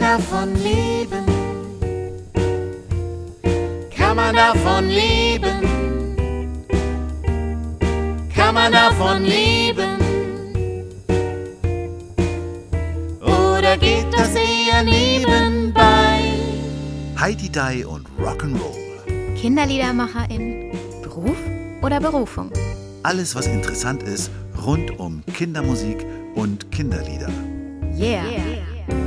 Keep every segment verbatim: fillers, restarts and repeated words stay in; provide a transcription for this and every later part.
davon leben? Kann man davon leben? Kann man davon leben? Oder geht das eher nebenbei? Heidi Dai und Rock'n'Roll. Kinderliedermacherin, Beruf oder Berufung? Alles, was interessant ist rund um Kindermusik und Kinderlieder. Yeah. yeah.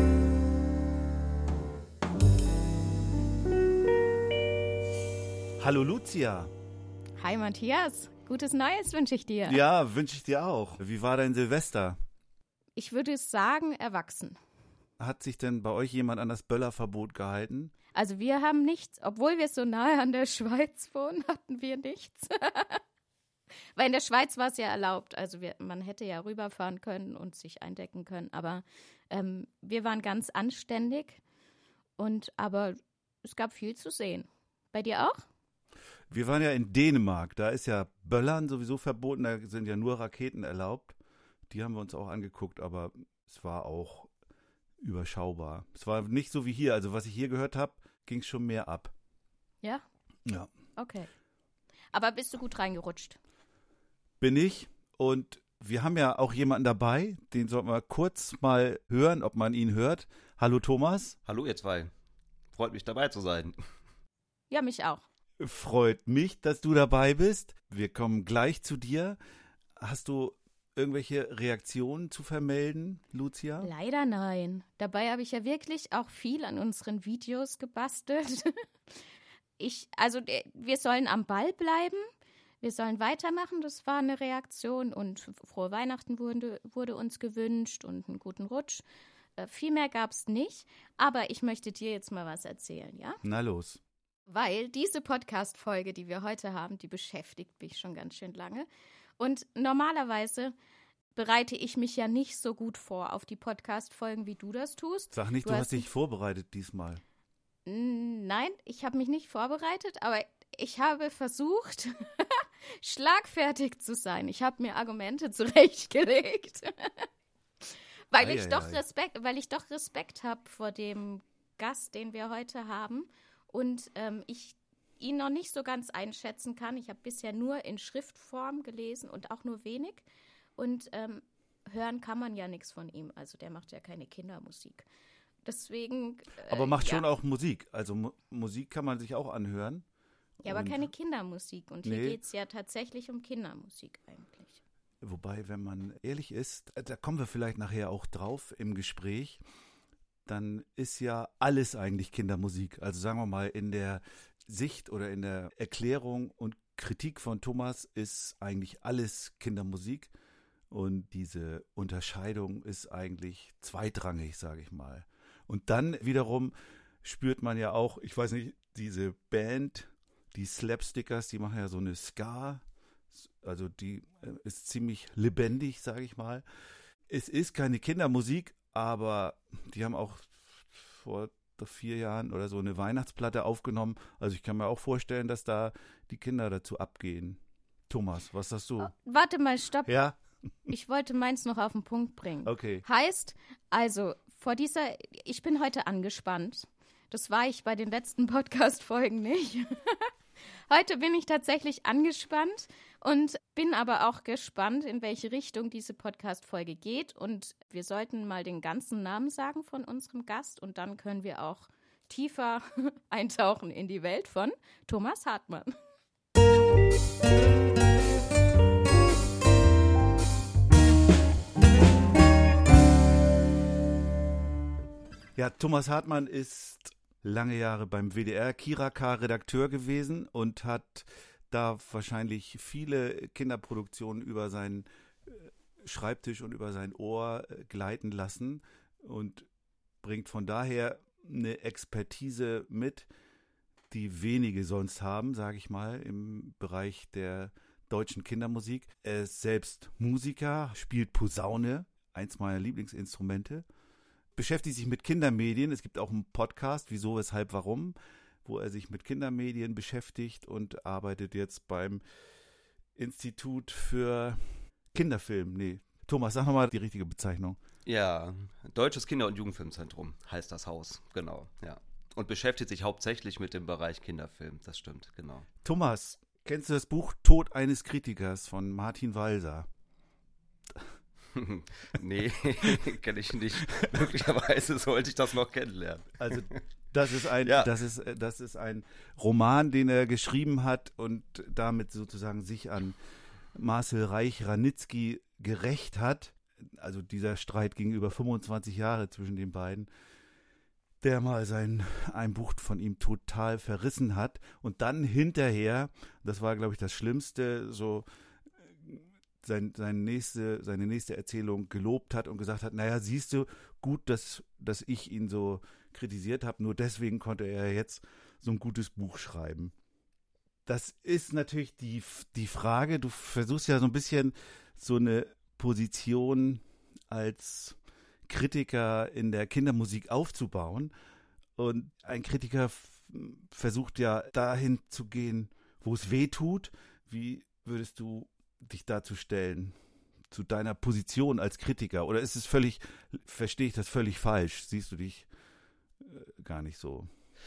Hallo Lucia. Hi Matthias, gutes Neues wünsche ich dir. Ja, wünsche ich dir auch. Wie war dein Silvester? Ich würde sagen, erwachsen. Hat sich denn bei euch jemand an das Böllerverbot gehalten? Also wir haben nichts, obwohl wir so nahe an der Schweiz wohnen, hatten wir nichts. Weil in der Schweiz war es ja erlaubt, also wir, man hätte ja rüberfahren können und sich eindecken können, aber ähm, wir waren ganz anständig, und aber es gab viel zu sehen. Bei dir auch? Wir waren ja in Dänemark, da ist ja Böllern sowieso verboten, da sind ja nur Raketen erlaubt. Die haben wir uns auch angeguckt, aber es war auch überschaubar. Es war nicht so wie hier, also was ich hier gehört habe, ging es schon mehr ab. Ja? Ja. Okay. Aber bist du gut reingerutscht? Bin ich, und wir haben ja auch jemanden dabei, den sollten wir kurz mal hören, ob man ihn hört. Hallo Thomas. Hallo ihr zwei, freut mich dabei zu sein. Ja, mich auch. Freut mich, dass du dabei bist. Wir kommen gleich zu dir. Hast du irgendwelche Reaktionen zu vermelden, Lucia? Leider nein. Dabei habe ich ja wirklich auch viel an unseren Videos gebastelt. Ich, also wir sollen am Ball bleiben, wir sollen weitermachen, das war eine Reaktion, und frohe Weihnachten wurde, wurde uns gewünscht und einen guten Rutsch. Äh, viel mehr gab es nicht, aber ich möchte dir jetzt mal was erzählen, ja? Na los. Weil diese Podcast-Folge, die wir heute haben, die beschäftigt mich schon ganz schön lange. Und normalerweise bereite ich mich ja nicht so gut vor auf die Podcast-Folgen, wie du das tust. Sag nicht, du, du hast dich vorbereitet diesmal. Nein, ich habe mich nicht vorbereitet, aber ich habe versucht, schlagfertig zu sein. Ich habe mir Argumente zurechtgelegt, weil, ei, ich ei, doch ei. Respekt, weil ich doch Respekt habe vor dem Gast, den wir heute haben, und ähm, ich ihn noch nicht so ganz einschätzen kann. Ich habe bisher nur in Schriftform gelesen und auch nur wenig, und ähm, hören kann man ja nichts von ihm. Also der macht ja keine Kindermusik. Deswegen. Äh, Aber macht ja. schon auch Musik. Also Mu- Musik kann man sich auch anhören. Ja, aber Und keine Kindermusik. Und hier Nee. geht es ja tatsächlich um Kindermusik eigentlich. Wobei, wenn man ehrlich ist, äh, da kommen wir vielleicht nachher auch drauf im Gespräch, dann ist ja alles eigentlich Kindermusik. Also sagen wir mal, in der Sicht oder in der Erklärung und Kritik von Thomas ist eigentlich alles Kindermusik. Und diese Unterscheidung ist eigentlich zweitrangig, sage ich mal. Und dann wiederum spürt man ja auch, ich weiß nicht, diese Band, die Slapstickers, die machen ja so eine Ska, also die ist ziemlich lebendig, sage ich mal. Es ist keine Kindermusik, aber die haben auch vor vier Jahren oder so eine Weihnachtsplatte aufgenommen. Also ich kann mir auch vorstellen, dass da die Kinder dazu abgehen. Thomas, was sagst du? Oh, warte mal, stopp. Ja? Ich wollte meins noch auf den Punkt bringen. Okay. Heißt, also, vor dieser, ich bin heute angespannt. Das war ich bei den letzten Podcast-Folgen nicht. Heute bin ich tatsächlich angespannt und bin aber auch gespannt, in welche Richtung diese Podcast-Folge geht. Und wir sollten mal den ganzen Namen sagen von unserem Gast, und dann können wir auch tiefer eintauchen in die Welt von Thomas Hartmann. Ja, Thomas Hartmann ist lange Jahre beim W D R Kira-K Redakteur gewesen und hat da wahrscheinlich viele Kinderproduktionen über seinen Schreibtisch und über sein Ohr gleiten lassen und bringt von daher eine Expertise mit, die wenige sonst haben, sage ich mal, im Bereich der deutschen Kindermusik. Er ist selbst Musiker, spielt Posaune, eins meiner Lieblingsinstrumente, beschäftigt sich mit Kindermedien. Es gibt auch einen Podcast, Wieso, Weshalb, Warum, wo er sich mit Kindermedien beschäftigt und arbeitet jetzt beim Institut für Kinderfilm. Nee, Thomas, sag nochmal die richtige Bezeichnung. Ja, Deutsches Kinder- und Jugendfilmzentrum heißt das Haus, genau, ja. Und beschäftigt sich hauptsächlich mit dem Bereich Kinderfilm, das stimmt, genau. Thomas, kennst du das Buch Tod eines Kritikers von Martin Walser? Nee, kenne ich nicht. Möglicherweise sollte ich das noch kennenlernen. Also das ist ein, Ja. das ist, das ist ein Roman, den er geschrieben hat und damit sozusagen sich an Marcel Reich-Ranitzky gerächt hat. Also dieser Streit ging über fünfundzwanzig Jahre zwischen den beiden, der mal sein ein Buch von ihm total verrissen hat und dann hinterher, das war glaube ich das Schlimmste, so sein, seine, nächste, seine nächste Erzählung gelobt hat und gesagt hat, naja, siehst du, gut, dass, dass ich ihn so kritisiert habe, nur deswegen konnte er jetzt so ein gutes Buch schreiben. Das ist natürlich die, die Frage, du versuchst ja so ein bisschen so eine Position als Kritiker in der Kindermusik aufzubauen und ein Kritiker f- versucht ja dahin zu gehen, wo es weh tut. Wie würdest du dich dazu stellen, zu deiner Position als Kritiker? Oder ist es völlig, verstehe ich das völlig falsch? Siehst du dich äh, gar nicht so?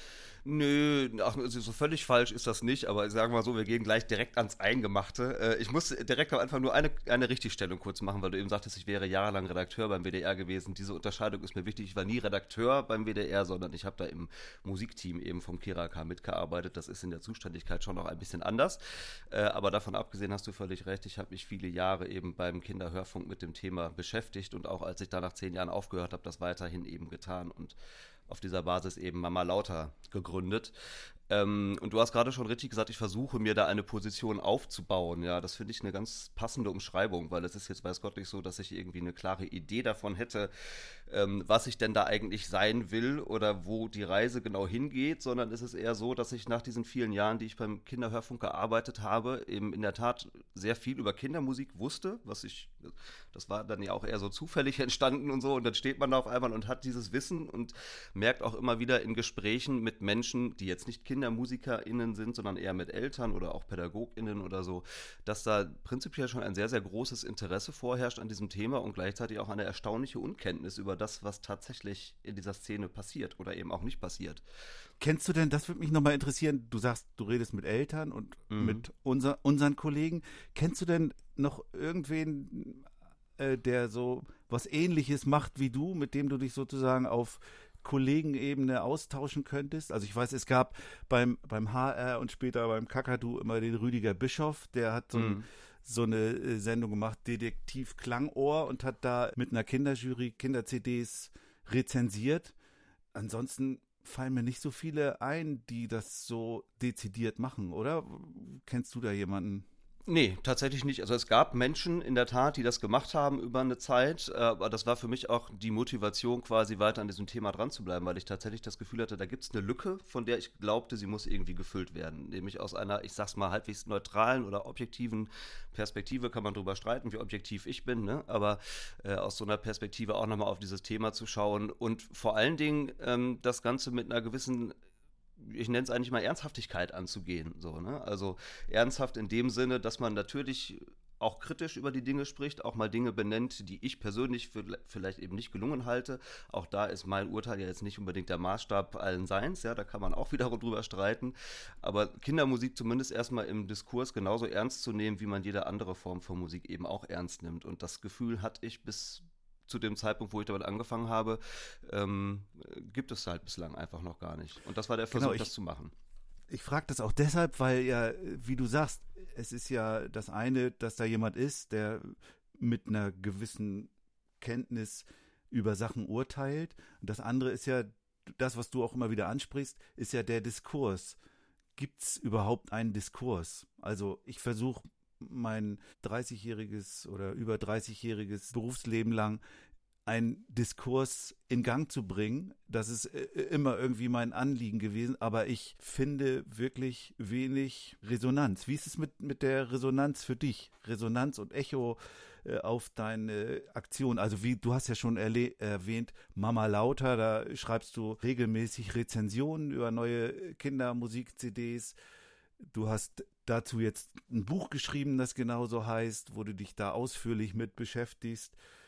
Nö, ach, also so völlig falsch ist das nicht, aber sagen wir mal so, wir gehen gleich direkt ans Eingemachte. Äh, Ich muss direkt am Anfang nur eine, eine Richtigstellung kurz machen, weil du eben sagtest, ich wäre jahrelang Redakteur beim W D R gewesen. Diese Unterscheidung ist mir wichtig. Ich war nie Redakteur beim W D R, sondern ich habe da im Musikteam eben vom Kiraca mitgearbeitet. Das ist in der Zuständigkeit schon noch ein bisschen anders. Äh, Aber davon abgesehen hast du völlig recht. Ich habe mich viele Jahre eben beim Kinderhörfunk mit dem Thema beschäftigt und auch als ich da nach zehn Jahren aufgehört habe, das weiterhin eben getan und auf dieser Basis eben Mama Lauter gegründet. Ähm, und du hast gerade schon richtig gesagt, ich versuche mir da eine Position aufzubauen. Ja, das finde ich eine ganz passende Umschreibung, weil es ist jetzt, weiß Gott, nicht so, dass ich irgendwie eine klare Idee davon hätte, ähm, was ich denn da eigentlich sein will oder wo die Reise genau hingeht, sondern es ist eher so, dass ich nach diesen vielen Jahren, die ich beim Kinderhörfunk gearbeitet habe, eben in der Tat sehr viel über Kindermusik wusste, was ich, das war dann ja auch eher so zufällig entstanden und so, und dann steht man da auf einmal und hat dieses Wissen und merkt auch immer wieder in Gesprächen mit Menschen, die jetzt nicht KindermusikerInnen sind, sondern eher mit Eltern oder auch PädagogInnen oder so, dass da prinzipiell schon ein sehr, sehr großes Interesse vorherrscht an diesem Thema und gleichzeitig auch eine erstaunliche Unkenntnis über das, was tatsächlich in dieser Szene passiert oder eben auch nicht passiert. Kennst du denn, das würde mich nochmal interessieren, du sagst, du redest mit Eltern und Mhm. mit unser, unseren Kollegen. Kennst du denn noch irgendwen, äh, der so was Ähnliches macht wie du, mit dem du dich sozusagen auf Kollegenebene austauschen könntest? Also ich weiß, es gab beim, beim H R und später beim Kakadu immer den Rüdiger Bischoff, der hat so, ein, Mhm. so eine äh, Sendung gemacht, Detektiv Klangohr, und hat da mit einer Kinderjury Kinder-C Ds rezensiert. Ansonsten fallen mir nicht so viele ein, die das so dezidiert machen, oder? Kennst du da jemanden? Nee, tatsächlich nicht. Also es gab Menschen in der Tat, die das gemacht haben über eine Zeit, äh, aber das war für mich auch die Motivation, quasi weiter an diesem Thema dran zu bleiben, weil ich tatsächlich das Gefühl hatte, da gibt es eine Lücke, von der ich glaubte, sie muss irgendwie gefüllt werden. Nämlich aus einer, ich sag's mal, halbwegs neutralen oder objektiven Perspektive, kann man drüber streiten, wie objektiv ich bin, ne? Aber äh, aus so einer Perspektive auch nochmal auf dieses Thema zu schauen und vor allen Dingen ähm, das Ganze mit einer gewissen, ich nenne es eigentlich mal Ernsthaftigkeit anzugehen. So, ne? Also ernsthaft in dem Sinne, dass man natürlich auch kritisch über die Dinge spricht, auch mal Dinge benennt, die ich persönlich für, vielleicht eben nicht gelungen halte. Auch da ist mein Urteil ja jetzt nicht unbedingt der Maßstab allen Seins, ja, da kann man auch wiederum drüber streiten. Aber Kindermusik zumindest erstmal im Diskurs genauso ernst zu nehmen, wie man jede andere Form von Musik eben auch ernst nimmt. Und das Gefühl hatte ich bis zu dem Zeitpunkt, wo ich damit angefangen habe, ähm, gibt es halt bislang einfach noch gar nicht. Und das war der Versuch, Genau, ich- das zu machen. Ich frage das auch deshalb, weil ja, wie du sagst, es ist ja das eine, dass da jemand ist, der mit einer gewissen Kenntnis über Sachen urteilt. Und das andere ist ja, das, was du auch immer wieder ansprichst, ist ja der Diskurs. Gibt es überhaupt einen Diskurs? Also ich versuche mein dreißigjähriges oder über dreißigjähriges Berufsleben lang einen Diskurs in Gang zu bringen. Das ist äh, immer irgendwie mein Anliegen gewesen, aber ich finde wirklich wenig Resonanz. Wie ist es mit, mit der Resonanz für dich? Resonanz und Echo äh, auf deine Aktion. Also wie, du hast ja schon erle- erwähnt, Mama Lauter, da schreibst du regelmäßig Rezensionen über neue Kindermusik-C Ds. Du hast dazu jetzt ein Buch geschrieben, das genauso heißt, wo du dich da ausführlich mit beschäftigst.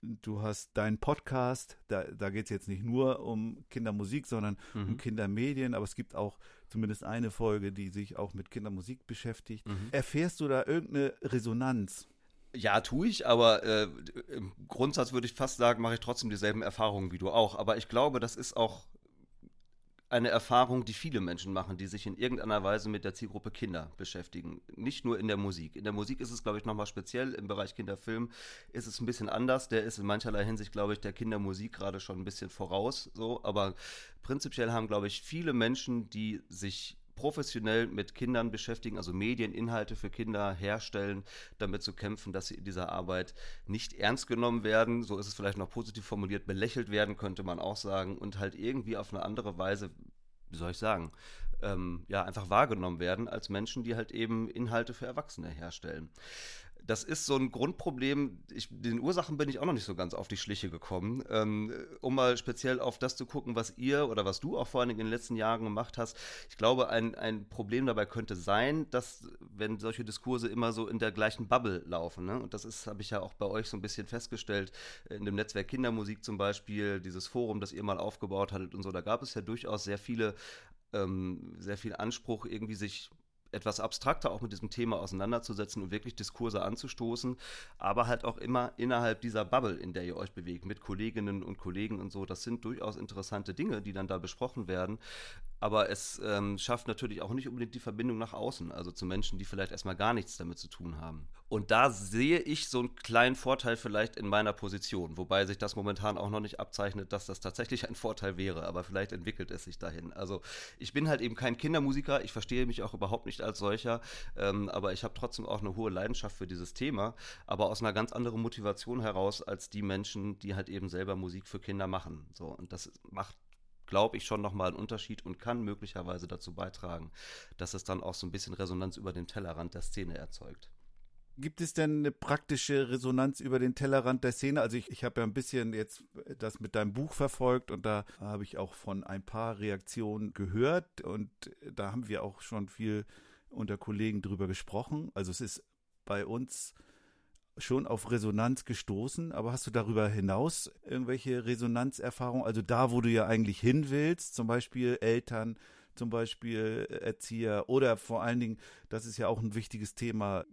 du hast deinen Podcast, da, da geht es jetzt nicht nur um Kindermusik, sondern Mhm. um Kindermedien, aber es gibt auch zumindest eine Folge, die sich auch mit Kindermusik beschäftigt. Mhm. Erfährst du da irgendeine Resonanz? Ja, tue ich, aber äh, im Grundsatz würde ich fast sagen, mache ich trotzdem dieselben Erfahrungen wie du auch. Aber ich glaube, das ist auch eine Erfahrung, die viele Menschen machen, die sich in irgendeiner Weise mit der Zielgruppe Kinder beschäftigen. Nicht nur in der Musik. In der Musik ist es, glaube ich, nochmal speziell. Im Bereich Kinderfilm ist es ein bisschen anders. Der ist in mancherlei Hinsicht, glaube ich, der Kindermusik gerade schon ein bisschen voraus. So. Aber prinzipiell haben, glaube ich, viele Menschen, die sich professionell mit Kindern beschäftigen, also Medieninhalte für Kinder herstellen, damit zu kämpfen, dass sie in dieser Arbeit nicht ernst genommen werden, so ist es vielleicht noch positiv formuliert, belächelt werden, könnte man auch sagen, und halt irgendwie auf eine andere Weise, wie soll ich sagen, ähm, ja, einfach wahrgenommen werden als Menschen, die halt eben Inhalte für Erwachsene herstellen. Das ist so ein Grundproblem. Ich, den Ursachen bin ich auch noch nicht so ganz auf die Schliche gekommen. Ähm, um mal speziell auf das zu gucken, was ihr oder was du auch vor allen Dingen in den letzten Jahren gemacht hast. Ich glaube, ein, ein Problem dabei könnte sein, dass, wenn solche Diskurse immer so in der gleichen Bubble laufen, ne? Und das ist, habe ich ja auch bei euch so ein bisschen festgestellt, in dem Netzwerk Kindermusik zum Beispiel, dieses Forum, das ihr mal aufgebaut hattet und so, da gab es ja durchaus sehr viele, ähm, sehr viel Anspruch, irgendwie sich etwas abstrakter auch mit diesem Thema auseinanderzusetzen und wirklich Diskurse anzustoßen, aber halt auch immer innerhalb dieser Bubble, in der ihr euch bewegt, mit Kolleginnen und Kollegen und so. Das sind durchaus interessante Dinge, die dann da besprochen werden, aber es ähm, schafft natürlich auch nicht unbedingt die Verbindung nach außen, also zu Menschen, die vielleicht erstmal gar nichts damit zu tun haben. Und da sehe ich so einen kleinen Vorteil vielleicht in meiner Position, wobei sich das momentan auch noch nicht abzeichnet, dass das tatsächlich ein Vorteil wäre, aber vielleicht entwickelt es sich dahin. Also ich bin halt eben kein Kindermusiker, ich verstehe mich auch überhaupt nicht als solcher, ähm, aber ich habe trotzdem auch eine hohe Leidenschaft für dieses Thema, aber aus einer ganz anderen Motivation heraus als die Menschen, die halt eben selber Musik für Kinder machen. So, und das macht, glaube ich, schon nochmal einen Unterschied und kann möglicherweise dazu beitragen, dass es dann auch so ein bisschen Resonanz über den Tellerrand der Szene erzeugt. Gibt es denn eine praktische Resonanz über den Tellerrand der Szene? Also ich, ich habe ja ein bisschen jetzt das mit deinem Buch verfolgt und da habe ich auch von ein paar Reaktionen gehört und da haben wir auch schon viel unter Kollegen drüber gesprochen. Also es ist bei uns schon auf Resonanz gestoßen, aber hast du darüber hinaus irgendwelche Resonanzerfahrungen? Also da, wo du ja eigentlich hin willst, zum Beispiel Eltern, zum Beispiel Erzieher oder vor allen Dingen, das ist ja auch ein wichtiges Thema,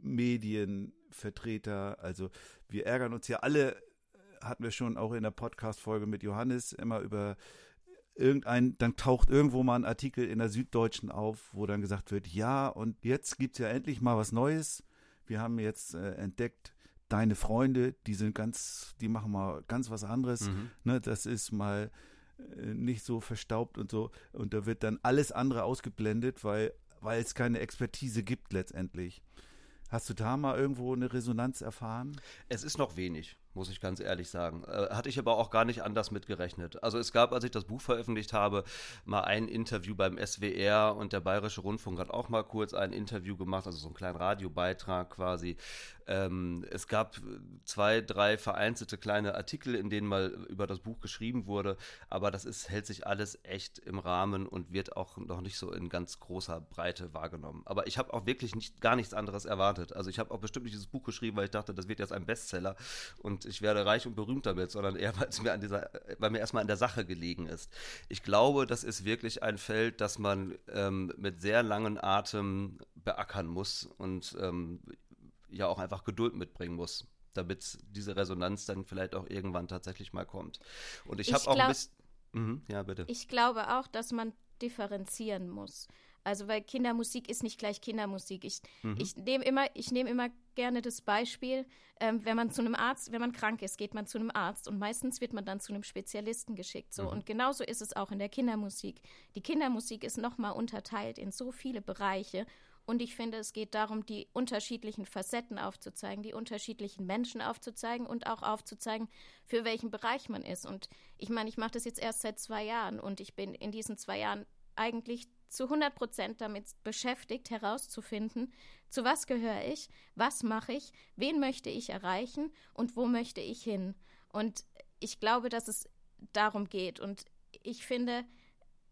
Medienvertreter. Also wir ärgern uns ja alle, hatten wir schon auch in der Podcast-Folge mit Johannes, immer über irgendein, dann taucht irgendwo mal ein Artikel in der Süddeutschen auf, wo dann gesagt wird, ja, und jetzt gibt's ja endlich mal was Neues. Wir haben jetzt äh, entdeckt, deine Freunde, die sind ganz, die machen mal ganz was anderes. Mhm. Ne, das ist mal äh, nicht so verstaubt und so. Und da wird dann alles andere ausgeblendet, weil, weil es keine Expertise gibt letztendlich. Hast du da mal irgendwo eine Resonanz erfahren? Es ist noch wenig, muss ich ganz ehrlich sagen. Äh, hatte ich aber auch gar nicht anders mitgerechnet. Also es gab, als ich das Buch veröffentlicht habe, mal ein Interview beim S W R und der Bayerische Rundfunk hat auch mal kurz ein Interview gemacht, also so einen kleinen Radiobeitrag quasi. Ähm, es gab zwei, drei vereinzelte kleine Artikel, in denen mal über das Buch geschrieben wurde, aber das ist, hält sich alles echt im Rahmen und wird auch noch nicht so in ganz großer Breite wahrgenommen. Aber ich habe auch wirklich nicht, gar nichts anderes erwartet. Also ich habe auch bestimmt nicht dieses Buch geschrieben, weil ich dachte, das wird jetzt ein Bestseller und ich werde reich und berühmt damit, sondern eher, weil es mir an dieser, weil mir erstmal an der Sache gelegen ist. Ich glaube, das ist wirklich ein Feld, das man ähm, mit sehr langen Atem beackern muss und ähm, ja auch einfach Geduld mitbringen muss, damit diese Resonanz dann vielleicht auch irgendwann tatsächlich mal kommt. Und ich, ich habe auch ein bisschen... Mhm, ja, bitte. Ich glaube auch, dass man differenzieren muss. Also weil Kindermusik ist nicht gleich Kindermusik. Ich, mhm. ich nehme immer, ich nehme immer gerne das Beispiel, ähm, wenn man zu einem Arzt, wenn man krank ist, geht man zu einem Arzt und meistens wird man dann zu einem Spezialisten geschickt. So. Mhm. Und genauso ist es auch in der Kindermusik. Die Kindermusik ist nochmal unterteilt in so viele Bereiche und ich finde, es geht darum, die unterschiedlichen Facetten aufzuzeigen, die unterschiedlichen Menschen aufzuzeigen und auch aufzuzeigen, für welchen Bereich man ist. Und ich meine, ich mache das jetzt erst seit zwei Jahren und ich bin in diesen zwei Jahren eigentlich zu hundert Prozent damit beschäftigt, herauszufinden, zu was gehöre ich, was mache ich, wen möchte ich erreichen und wo möchte ich hin. Und ich glaube, dass es darum geht. Und ich finde,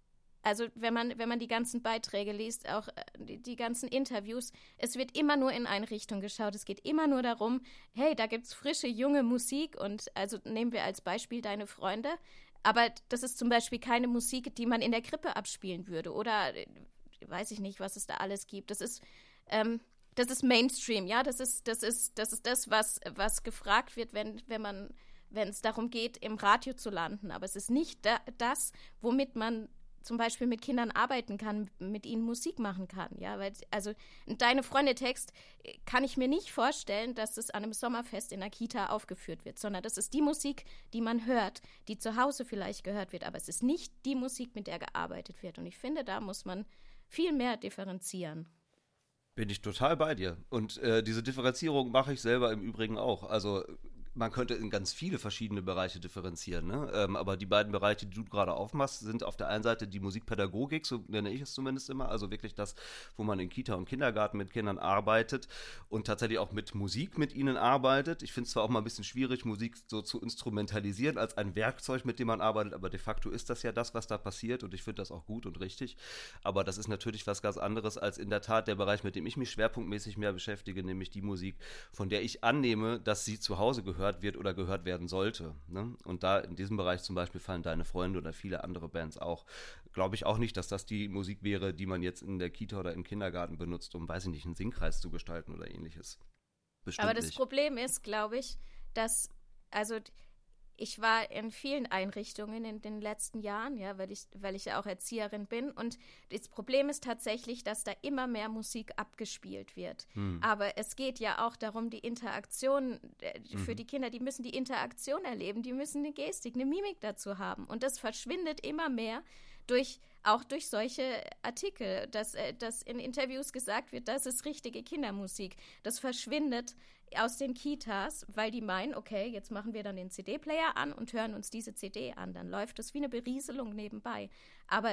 also wenn man, wenn man die ganzen Beiträge liest, auch die, die ganzen Interviews, es wird immer nur in eine Richtung geschaut. Es geht immer nur darum, hey, da gibt's frische, junge Musik und also nehmen wir als Beispiel Deine Freunde. Aber das ist zum Beispiel keine Musik, die man in der Krippe abspielen würde oder weiß ich nicht, was es da alles gibt. Das ist, ähm, das ist Mainstream, ja, das ist, das ist, das ist das, was, was gefragt wird, wenn, wenn man, wenn es darum geht, im Radio zu landen. Aber es ist nicht da, das, womit man zum Beispiel mit Kindern arbeiten kann, mit ihnen Musik machen kann, ja, weil, also Deine Freunde-Text kann ich mir nicht vorstellen, dass es an einem Sommerfest in der Kita aufgeführt wird, sondern das ist die Musik, die man hört, die zu Hause vielleicht gehört wird, aber es ist nicht die Musik, mit der gearbeitet wird und ich finde, da muss man viel mehr differenzieren. Bin ich total bei dir. Und äh, diese Differenzierung mache ich selber im Übrigen auch. Also man könnte in ganz viele verschiedene Bereiche differenzieren, ne? Ähm, aber die beiden Bereiche, die du gerade aufmachst, sind auf der einen Seite die Musikpädagogik, so nenne ich es zumindest immer, also wirklich das, wo man in Kita und Kindergarten mit Kindern arbeitet und tatsächlich auch mit Musik mit ihnen arbeitet. Ich finde es zwar auch mal ein bisschen schwierig, Musik so zu instrumentalisieren als ein Werkzeug, mit dem man arbeitet, aber de facto ist das ja das, was da passiert und ich finde das auch gut und richtig. Aber das ist natürlich was ganz anderes als in der Tat der Bereich, mit dem ich mich schwerpunktmäßig mehr beschäftige, nämlich die Musik, von der ich annehme, dass sie zu Hause gehört wird oder gehört werden sollte. Ne? Und da in diesem Bereich zum Beispiel fallen Deine Freunde oder viele andere Bands auch. Glaube ich auch nicht, dass das die Musik wäre, die man jetzt in der Kita oder im Kindergarten benutzt, um, weiß ich nicht, einen Singkreis zu gestalten oder ähnliches. Bestimmt Aber das nicht. Problem ist, glaube ich, dass, also ich war in vielen Einrichtungen in den letzten Jahren, ja, weil ich, weil ich ja auch Erzieherin bin. Und das Problem ist tatsächlich, dass da immer mehr Musik abgespielt wird. Hm. Aber es geht ja auch darum, die Interaktion äh, für mhm. die Kinder, die müssen die Interaktion erleben, die müssen eine Gestik, eine Mimik dazu haben. Und das verschwindet immer mehr durch auch durch solche Artikel, dass, äh, dass in Interviews gesagt wird, das ist richtige Kindermusik. Das verschwindet aus den Kitas, weil die meinen, okay, jetzt machen wir dann den C D-Player an und hören uns diese C D an. Dann läuft das wie eine Berieselung nebenbei. Aber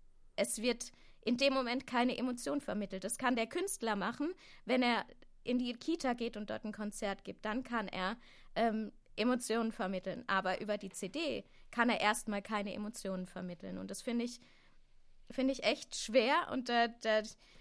es wird in dem Moment keine Emotion vermittelt. Das kann der Künstler machen, wenn er in die Kita geht und dort ein Konzert gibt. Dann kann er ähm, Emotionen vermitteln. Aber über die C D kann er erstmal keine Emotionen vermitteln. Und das finde ich, finde ich echt schwer. Und da, da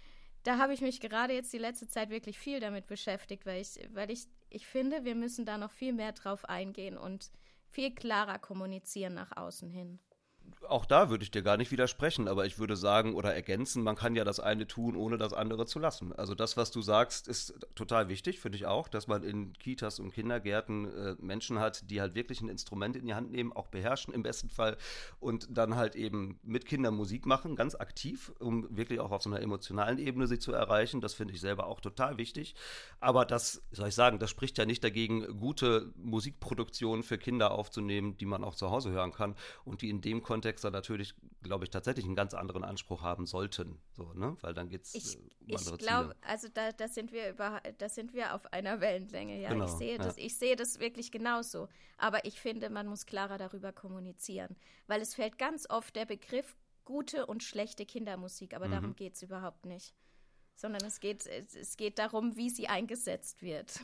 Da habe ich mich gerade jetzt die letzte Zeit wirklich viel damit beschäftigt, weil ich, weil ich, ich finde, wir müssen da noch viel mehr drauf eingehen und viel klarer kommunizieren nach außen hin. Auch da würde ich dir gar nicht widersprechen, aber ich würde sagen oder ergänzen, man kann ja das eine tun, ohne das andere zu lassen. Also das, was du sagst, ist total wichtig, finde ich auch, dass man in Kitas und Kindergärten äh, Menschen hat, die halt wirklich ein Instrument in die Hand nehmen, auch beherrschen im besten Fall und dann halt eben mit Kindern Musik machen, ganz aktiv, um wirklich auch auf so einer emotionalen Ebene sie zu erreichen. Das finde ich selber auch total wichtig. Aber das, soll ich sagen, das spricht ja nicht dagegen, gute Musikproduktionen für Kinder aufzunehmen, die man auch zu Hause hören kann und die in dem Kontext Kontexte natürlich, glaube ich, tatsächlich einen ganz anderen Anspruch haben sollten. So, ne? Weil dann geht es ich, äh, um andere Ich glaube, Ziele. also da, da, sind wir über, da sind wir auf einer Wellenlänge. Ja? Genau, ich, sehe ja. das, ich sehe das wirklich genauso. Aber ich finde, man muss klarer darüber kommunizieren. Weil es fällt ganz oft der Begriff gute und schlechte Kindermusik. Aber mhm. darum geht es überhaupt nicht. Sondern es geht, es geht darum, wie sie eingesetzt wird.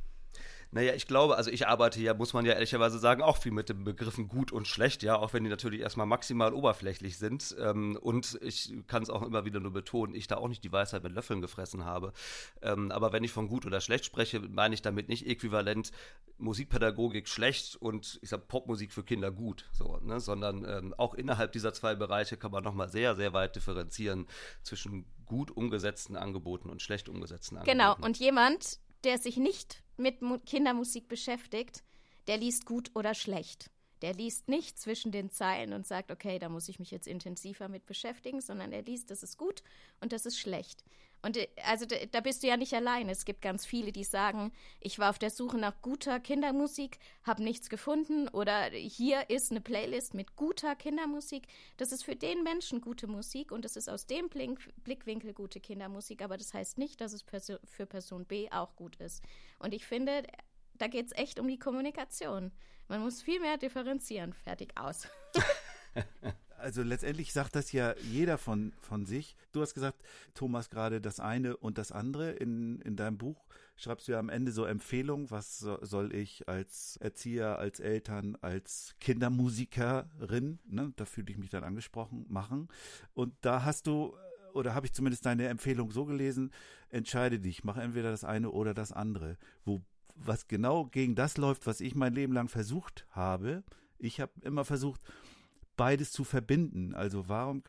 Naja, ich glaube, also ich arbeite ja, muss man ja ehrlicherweise sagen, auch viel mit den Begriffen gut und schlecht, ja, auch wenn die natürlich erstmal maximal oberflächlich sind. Ähm, und ich kann es auch immer wieder nur betonen, ich da auch nicht die Weisheit mit Löffeln gefressen habe. Ähm, aber wenn ich von gut oder schlecht spreche, meine ich damit nicht äquivalent Musikpädagogik schlecht und ich sag Popmusik für Kinder gut, so, ne? Sondern ähm, auch innerhalb dieser zwei Bereiche kann man nochmal sehr, sehr weit differenzieren zwischen gut umgesetzten Angeboten und schlecht umgesetzten Angeboten. Genau, und jemand, der sich nicht mit Mu- Kindermusik beschäftigt, der liest gut oder schlecht. Der liest nicht zwischen den Zeilen und sagt, okay, da muss ich mich jetzt intensiver mit beschäftigen, sondern er liest, das ist gut und das ist schlecht. Und also da bist du ja nicht alleine. Es gibt ganz viele, die sagen, ich war auf der Suche nach guter Kindermusik, habe nichts gefunden oder hier ist eine Playlist mit guter Kindermusik. Das ist für den Menschen gute Musik und das ist aus dem Blink- Blickwinkel gute Kindermusik, aber das heißt nicht, dass es perso- für Person B auch gut ist. Und ich finde, da geht es echt um die Kommunikation. Man muss viel mehr differenzieren. Fertig, aus. Also letztendlich sagt das ja jeder von, von sich. Du hast gesagt, Thomas, gerade das eine und das andere. In, in deinem Buch schreibst du ja am Ende so Empfehlungen, was so, soll ich als Erzieher, als Eltern, als Kindermusikerin, ne, da fühle ich mich dann angesprochen, machen. Und da hast du, oder habe ich zumindest deine Empfehlung so gelesen, entscheide dich, mach entweder das eine oder das andere. Wo, was genau gegen das läuft, was ich mein Leben lang versucht habe. Ich habe immer versucht, beides zu verbinden. Also warum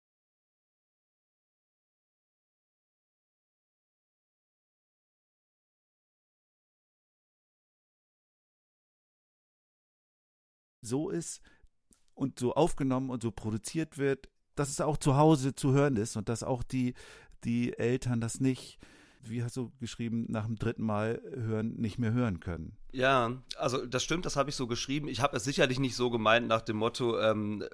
so ist und so aufgenommen und so produziert wird, dass es auch zu Hause zu hören ist und dass auch die, die Eltern das nicht, wie hast du geschrieben, nach dem dritten Mal hören, nicht mehr hören können. Ja, also das stimmt, das habe ich so geschrieben. Ich habe es sicherlich nicht so gemeint nach dem Motto, ähm,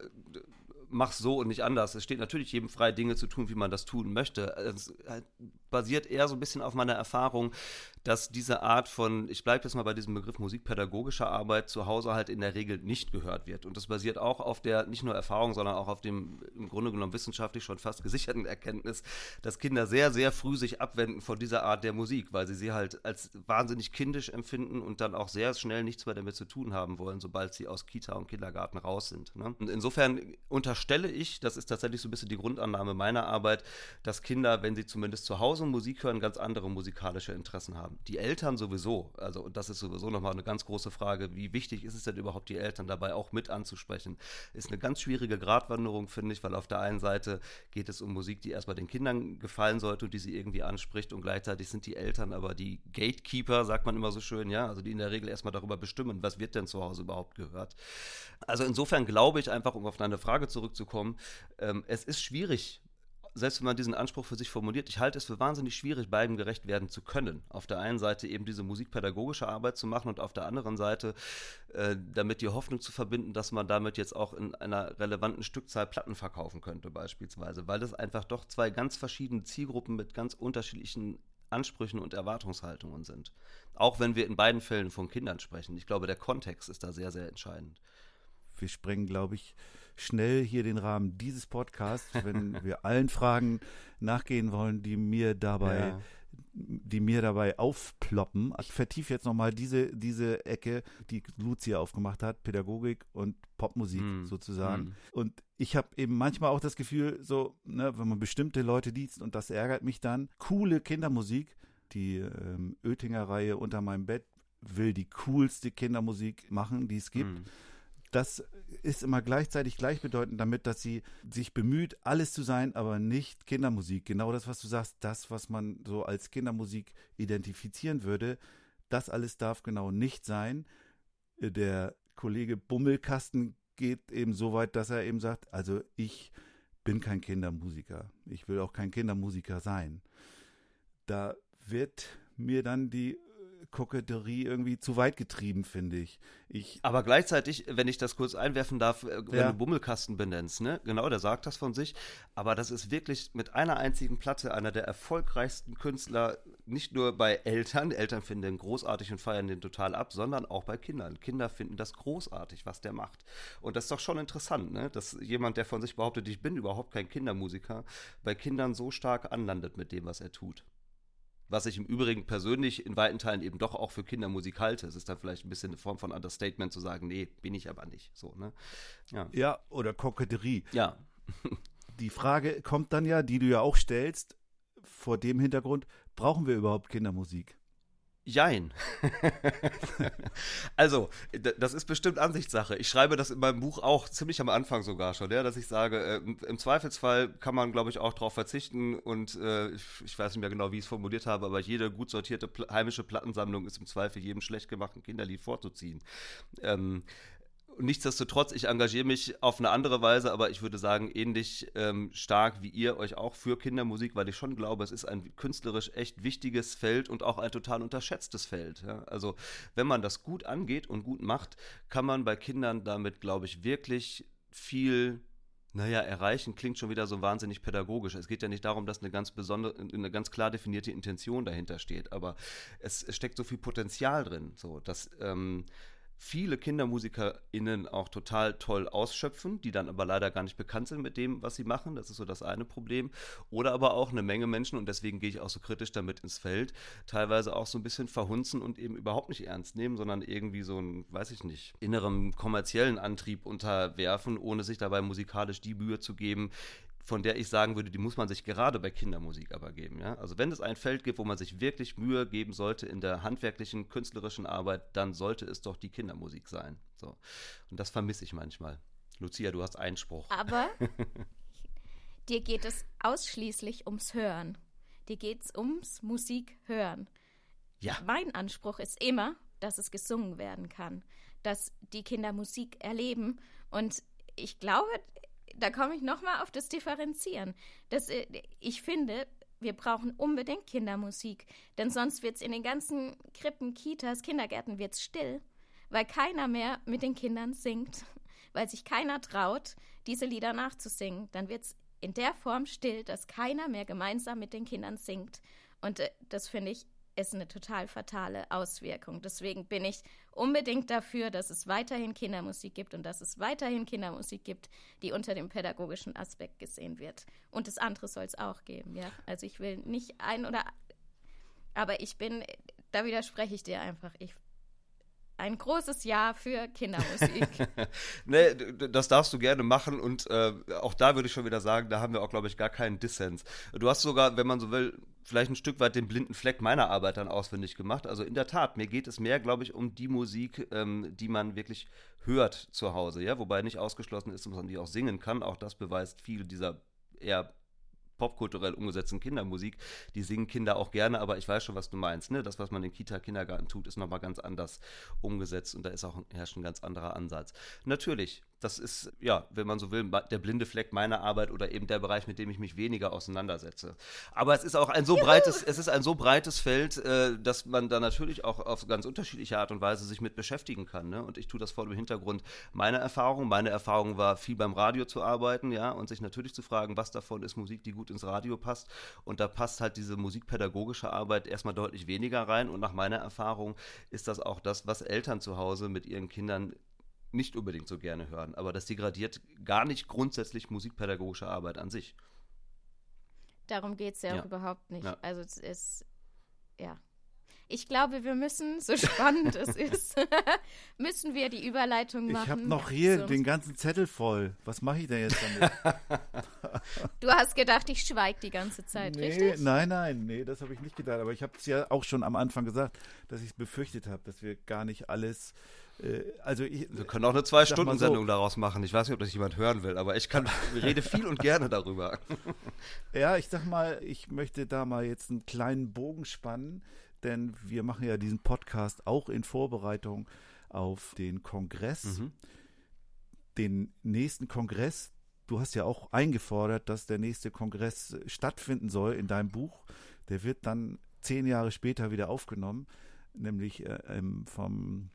mach so und nicht anders. Es steht natürlich jedem frei, Dinge zu tun, wie man das tun möchte. Es basiert eher so ein bisschen auf meiner Erfahrung, dass diese Art von, ich bleibe jetzt mal bei diesem Begriff musikpädagogischer Arbeit, zu Hause halt in der Regel nicht gehört wird. Und das basiert auch auf der, nicht nur Erfahrung, sondern auch auf dem im Grunde genommen wissenschaftlich schon fast gesicherten Erkenntnis, dass Kinder sehr, sehr früh sich abwenden von dieser Art der Musik, weil sie sie halt als wahnsinnig kindisch empfinden und dann auch sehr schnell nichts mehr damit zu tun haben wollen, sobald sie aus Kita und Kindergarten raus sind. Ne? Und insofern unterstelle ich, das ist tatsächlich so ein bisschen die Grundannahme meiner Arbeit, dass Kinder, wenn sie zumindest zu Hause Musik hören, ganz andere musikalische Interessen haben. Die Eltern sowieso, also und das ist sowieso nochmal eine ganz große Frage, wie wichtig ist es denn überhaupt, die Eltern dabei auch mit anzusprechen? Ist eine ganz schwierige Gratwanderung, finde ich, weil auf der einen Seite geht es um Musik, die erstmal den Kindern gefallen sollte und die sie irgendwie anspricht und gleichzeitig sind die Eltern aber die Gatekeeper, sagt man immer so schön, ja, also die in der Regel erstmal darüber bestimmen, was wird denn zu Hause überhaupt gehört. Also insofern glaube ich einfach, um auf deine Frage zurückzukommen, ähm, es ist schwierig, selbst wenn man diesen Anspruch für sich formuliert, ich halte es für wahnsinnig schwierig, beiden gerecht werden zu können. Auf der einen Seite eben diese musikpädagogische Arbeit zu machen und auf der anderen Seite äh, damit die Hoffnung zu verbinden, dass man damit jetzt auch in einer relevanten Stückzahl Platten verkaufen könnte beispielsweise, weil das einfach doch zwei ganz verschiedene Zielgruppen mit ganz unterschiedlichen Ansprüchen und Erwartungshaltungen sind. Auch wenn wir in beiden Fällen von Kindern sprechen. Ich glaube, der Kontext ist da sehr, sehr entscheidend. Wir sprengen, glaube ich, schnell hier den Rahmen dieses Podcasts, wenn wir allen Fragen nachgehen wollen, die mir dabei, ja. die mir dabei aufploppen. Ich vertiefe jetzt nochmal diese, diese Ecke, die Lucia aufgemacht hat, Pädagogik und Popmusik mm. sozusagen. Mm. Und ich habe eben manchmal auch das Gefühl, so, ne, wenn man bestimmte Leute liest, und das ärgert mich dann, coole Kindermusik, die ähm, Oettinger-Reihe Unter meinem Bett will die coolste Kindermusik machen, die es gibt. Mm. Das ist immer gleichzeitig gleichbedeutend damit, dass sie sich bemüht, alles zu sein, aber nicht Kindermusik. Genau das, was du sagst, das, was man so als Kindermusik identifizieren würde, das alles darf genau nicht sein. Der Kollege Bummelkasten geht eben so weit, dass er eben sagt, also ich bin kein Kindermusiker. Ich will auch kein Kindermusiker sein. Da wird mir dann die Koketterie irgendwie zu weit getrieben, finde ich. ich. Aber gleichzeitig, wenn ich das kurz einwerfen darf, wenn ja. du Bummelkasten benennst, ne? Genau, der sagt das von sich, aber das ist wirklich mit einer einzigen Platte einer der erfolgreichsten Künstler, nicht nur bei Eltern, Eltern finden den großartig und feiern den total ab, sondern auch bei Kindern. Kinder finden das großartig, was der macht. Und das ist doch schon interessant, ne? Dass jemand, der von sich behauptet, ich bin überhaupt kein Kindermusiker, bei Kindern so stark anlandet mit dem, was er tut. Was ich im Übrigen persönlich in weiten Teilen eben doch auch für Kindermusik halte. Es ist dann vielleicht ein bisschen eine Form von Understatement zu sagen, nee, bin ich aber nicht. So, ne? Ja. ja, oder Koketterie. Ja. Die Frage kommt dann ja, die du ja auch stellst, vor dem Hintergrund, brauchen wir überhaupt Kindermusik? Jein. Also, das ist bestimmt Ansichtssache. Ich schreibe das in meinem Buch auch ziemlich am Anfang sogar schon, ja, dass ich sage, äh, im Zweifelsfall kann man, glaube ich, auch darauf verzichten und äh, ich, ich weiß nicht mehr genau, wie ich es formuliert habe, aber jede gut sortierte pl- heimische Plattensammlung ist im Zweifel jedem schlecht gemachten Kinderlied vorzuziehen. Ähm, Nichtsdestotrotz, ich engagiere mich auf eine andere Weise, aber ich würde sagen, ähnlich ähm, stark wie ihr euch auch für Kindermusik, weil ich schon glaube, es ist ein künstlerisch echt wichtiges Feld und auch ein total unterschätztes Feld. Ja? Also wenn man das gut angeht und gut macht, kann man bei Kindern damit, glaube ich, wirklich viel, naja, erreichen, klingt schon wieder so wahnsinnig pädagogisch. Es geht ja nicht darum, dass eine ganz besondere, eine ganz klar definierte Intention dahinter steht, aber es, es steckt so viel Potenzial drin, so dass ähm, viele KindermusikerInnen auch total toll ausschöpfen, die dann aber leider gar nicht bekannt sind mit dem, was sie machen. Das ist so das eine Problem. Oder aber auch eine Menge Menschen, und deswegen gehe ich auch so kritisch damit ins Feld, teilweise auch so ein bisschen verhunzen und eben überhaupt nicht ernst nehmen, sondern irgendwie so einen, weiß ich nicht, innerem kommerziellen Antrieb unterwerfen, ohne sich dabei musikalisch die Mühe zu geben, von der ich sagen würde, die muss man sich gerade bei Kindermusik aber geben. Ja? Also wenn es ein Feld gibt, wo man sich wirklich Mühe geben sollte in der handwerklichen, künstlerischen Arbeit, dann sollte es doch die Kindermusik sein. So. Und das vermisse ich manchmal. Lucia, du hast Einspruch. Aber dir geht es ausschließlich ums Hören. Dir geht es ums Musik hören. Ja. Mein Anspruch ist immer, dass es gesungen werden kann, dass die Kinder Musik erleben. Und ich glaube, da komme ich nochmal auf das Differenzieren. Das, ich finde, wir brauchen unbedingt Kindermusik, denn sonst wird es in den ganzen Krippen, Kitas, Kindergärten wird's still, weil keiner mehr mit den Kindern singt, weil sich keiner traut, diese Lieder nachzusingen. Dann wird es in der Form still, dass keiner mehr gemeinsam mit den Kindern singt. Und äh, das finde ich ist eine total fatale Auswirkung. Deswegen bin ich unbedingt dafür, dass es weiterhin Kindermusik gibt und dass es weiterhin Kindermusik gibt, die unter dem pädagogischen Aspekt gesehen wird. Und das andere soll es auch geben, ja. Also ich will nicht ein oder, aber ich bin, da widerspreche ich dir einfach. Ich Ein großes Ja für Kindermusik. Nee, das darfst du gerne machen und äh, auch da würde ich schon wieder sagen, da haben wir auch, glaube ich, gar keinen Dissens. Du hast sogar, wenn man so will, vielleicht ein Stück weit den blinden Fleck meiner Arbeit dann ausfindig gemacht. Also in der Tat, mir geht es mehr, glaube ich, um die Musik, ähm, die man wirklich hört zu Hause, ja, wobei nicht ausgeschlossen ist, dass man die auch singen kann. Auch das beweist viel dieser eher popkulturell umgesetzten Kindermusik, die singen Kinder auch gerne, aber ich weiß schon, was du meinst, ne? Das, was man in Kita, Kindergarten tut, ist nochmal ganz anders umgesetzt und da ist auch herrscht ein ganz anderer Ansatz. Natürlich, das ist, ja, wenn man so will, der blinde Fleck meiner Arbeit oder eben der Bereich, mit dem ich mich weniger auseinandersetze. Aber es ist auch ein so Juhu. breites, es ist ein so breites Feld, äh, dass man da natürlich auch auf ganz unterschiedliche Art und Weise sich mit beschäftigen kann, ne? Und ich tue das vor dem Hintergrund meiner Erfahrung. Meine Erfahrung war, viel beim Radio zu arbeiten, ja, und sich natürlich zu fragen, was davon ist Musik, die gut ins Radio passt. Und da passt halt diese musikpädagogische Arbeit erstmal deutlich weniger rein. Und nach meiner Erfahrung ist das auch das, was Eltern zu Hause mit ihren Kindern nicht unbedingt so gerne hören. Aber das degradiert gar nicht grundsätzlich musikpädagogische Arbeit an sich. Darum geht es ja, ja auch überhaupt nicht. Ja. Also es ist, ja. Ich glaube, wir müssen, so spannend es ist, müssen wir die Überleitung machen. Ich habe noch hier den ganzen Zettel voll. Was mache ich denn jetzt damit? Du hast gedacht, ich schweige die ganze Zeit, nee, richtig? Nein, nein, nee, das habe ich nicht gedacht. Aber ich habe es ja auch schon am Anfang gesagt, dass ich es befürchtet habe, dass wir gar nicht alles äh, also ich, Wir können auch eine Zwei-Stunden-Sendung so. daraus machen. Ich weiß nicht, ob das jemand hören will, aber ich kann, ich rede viel und gerne darüber. Ja, ich sag mal, ich möchte da mal jetzt einen kleinen Bogen spannen, denn wir machen ja diesen Podcast auch in Vorbereitung auf den Kongress, Mhm. den nächsten Kongress. Du hast ja auch eingefordert, dass der nächste Kongress stattfinden soll in deinem Buch. Der wird dann zehn Jahre später wieder aufgenommen, nämlich äh, ähm, vom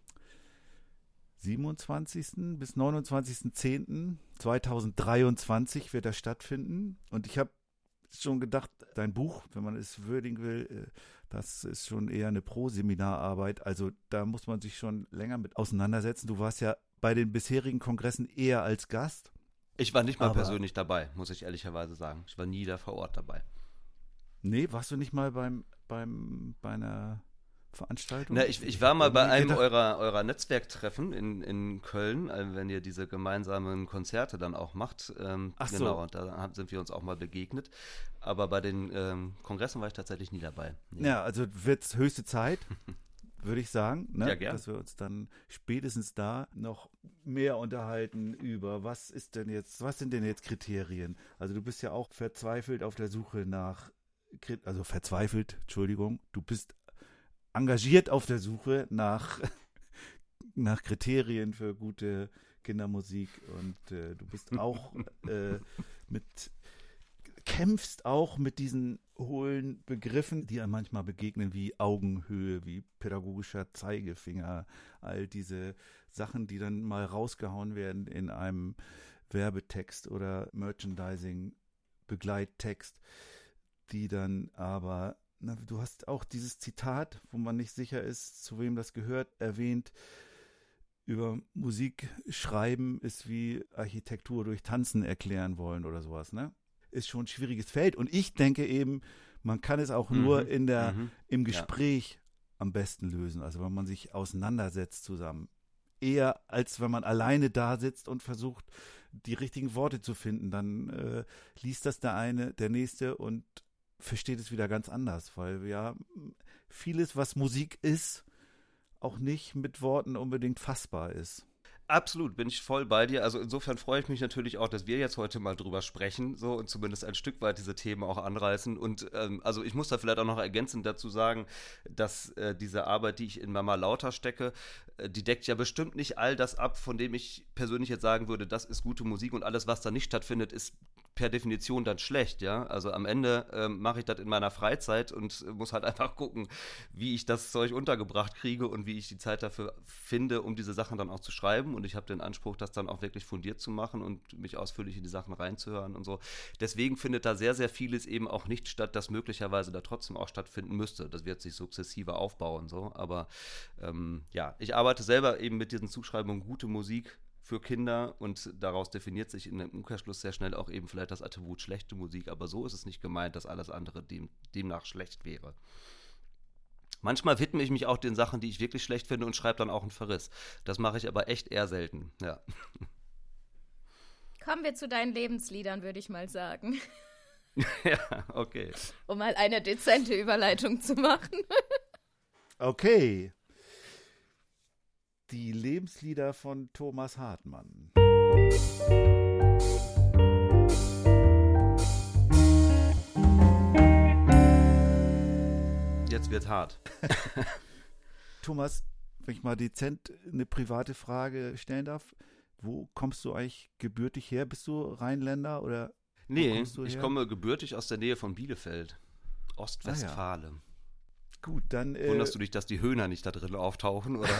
siebenundzwanzigsten bis neunundzwanzigsten zehnten zweitausenddreiundzwanzig wird er stattfinden. Und ich habe schon gedacht, dein Buch, wenn man es würdigen will, das ist schon eher eine Pro-Seminararbeit. Also da muss man sich schon länger mit auseinandersetzen. Du warst ja bei den bisherigen Kongressen eher als Gast. Ich war nicht mal Aber- persönlich dabei, muss ich ehrlicherweise sagen. Ich war nie da vor Ort dabei. Nee, warst du nicht mal beim, beim, bei einer Veranstaltung? Na, ich, ich war mal bei einem gedacht- eurer, eurer Netzwerktreffen in, in Köln, äh, wenn ihr diese gemeinsamen Konzerte dann auch macht. Ähm, Ach so. Genau, und da haben- sind wir uns auch mal begegnet. Aber bei den ähm, Kongressen war ich tatsächlich nie dabei. Nee. Ja, also wird es höchste Zeit, würde ich sagen, ne? Ja, gern. dass wir uns dann spätestens da noch mehr unterhalten über, was ist denn jetzt, was sind denn jetzt Kriterien? Also du bist ja auch verzweifelt auf der Suche nach, Kri- also verzweifelt, Entschuldigung, du bist engagiert auf der Suche nach, nach Kriterien für gute Kindermusik und äh, du bist auch äh, mit kämpfst auch mit diesen hohlen Begriffen, die einem manchmal begegnen, wie Augenhöhe, wie pädagogischer Zeigefinger, all diese Sachen, die dann mal rausgehauen werden in einem Werbetext oder Merchandising-Begleittext, die dann aber, na, du hast auch dieses Zitat, wo man nicht sicher ist, zu wem das gehört, erwähnt, über Musik schreiben ist wie Architektur durch Tanzen erklären wollen oder sowas, ne? Ist schon ein schwieriges Feld. Und ich denke eben, man kann es auch Mhm. nur in der, Mhm. im Gespräch am besten lösen. Also wenn man sich auseinandersetzt zusammen. Eher als wenn man alleine da sitzt und versucht, die richtigen Worte zu finden. Dann äh, liest das der eine, der nächste und versteht es wieder ganz anders. Weil ja, vieles, was Musik ist, auch nicht mit Worten unbedingt fassbar ist. Absolut, bin ich voll bei dir. Also insofern freue ich mich natürlich auch, dass wir jetzt heute mal drüber sprechen, so und zumindest ein Stück weit diese Themen auch anreißen. Und ähm, also ich muss da vielleicht auch noch ergänzend dazu sagen, dass äh, diese Arbeit, die ich in Mama Lauter stecke, äh, die deckt ja bestimmt nicht all das ab, von dem ich persönlich jetzt sagen würde, das ist gute Musik und alles, was da nicht stattfindet, ist per Definition dann schlecht, ja. Also am Ende ähm, mache ich das in meiner Freizeit und muss halt einfach gucken, wie ich das Zeug untergebracht kriege und wie ich die Zeit dafür finde, um diese Sachen dann auch zu schreiben. Und ich habe den Anspruch, das dann auch wirklich fundiert zu machen und mich ausführlich in die Sachen reinzuhören und so. Deswegen findet da sehr, sehr vieles eben auch nicht statt, das möglicherweise da trotzdem auch stattfinden müsste. Das wird sich sukzessive aufbauen, so. Aber ähm, ja, ich arbeite selber eben mit diesen Zuschreibungen gute Musik für Kinder und daraus definiert sich in dem Umkehrschluss sehr schnell auch eben vielleicht das Attribut schlechte Musik, aber so ist es nicht gemeint, dass alles andere dem, demnach schlecht wäre. Manchmal widme ich mich auch den Sachen, die ich wirklich schlecht finde und schreibe dann auch einen Verriss. Das mache ich aber echt eher selten, ja. Kommen wir zu deinen Lebensliedern, würde ich mal sagen. Ja, okay. Um mal eine dezente Überleitung zu machen. Okay. Die Lebenslieder von Thomas Hartmann. Jetzt wird's hart. Thomas, wenn ich mal dezent eine private Frage stellen darf, wo kommst du eigentlich gebürtig her? Bist du Rheinländer oder wo Nee, kommst du ich her? komme gebürtig aus der Nähe von Bielefeld, Ostwestfalen. Ah, Gut, dann äh, Wunderst du dich, dass die Höhner nicht da drin auftauchen, oder?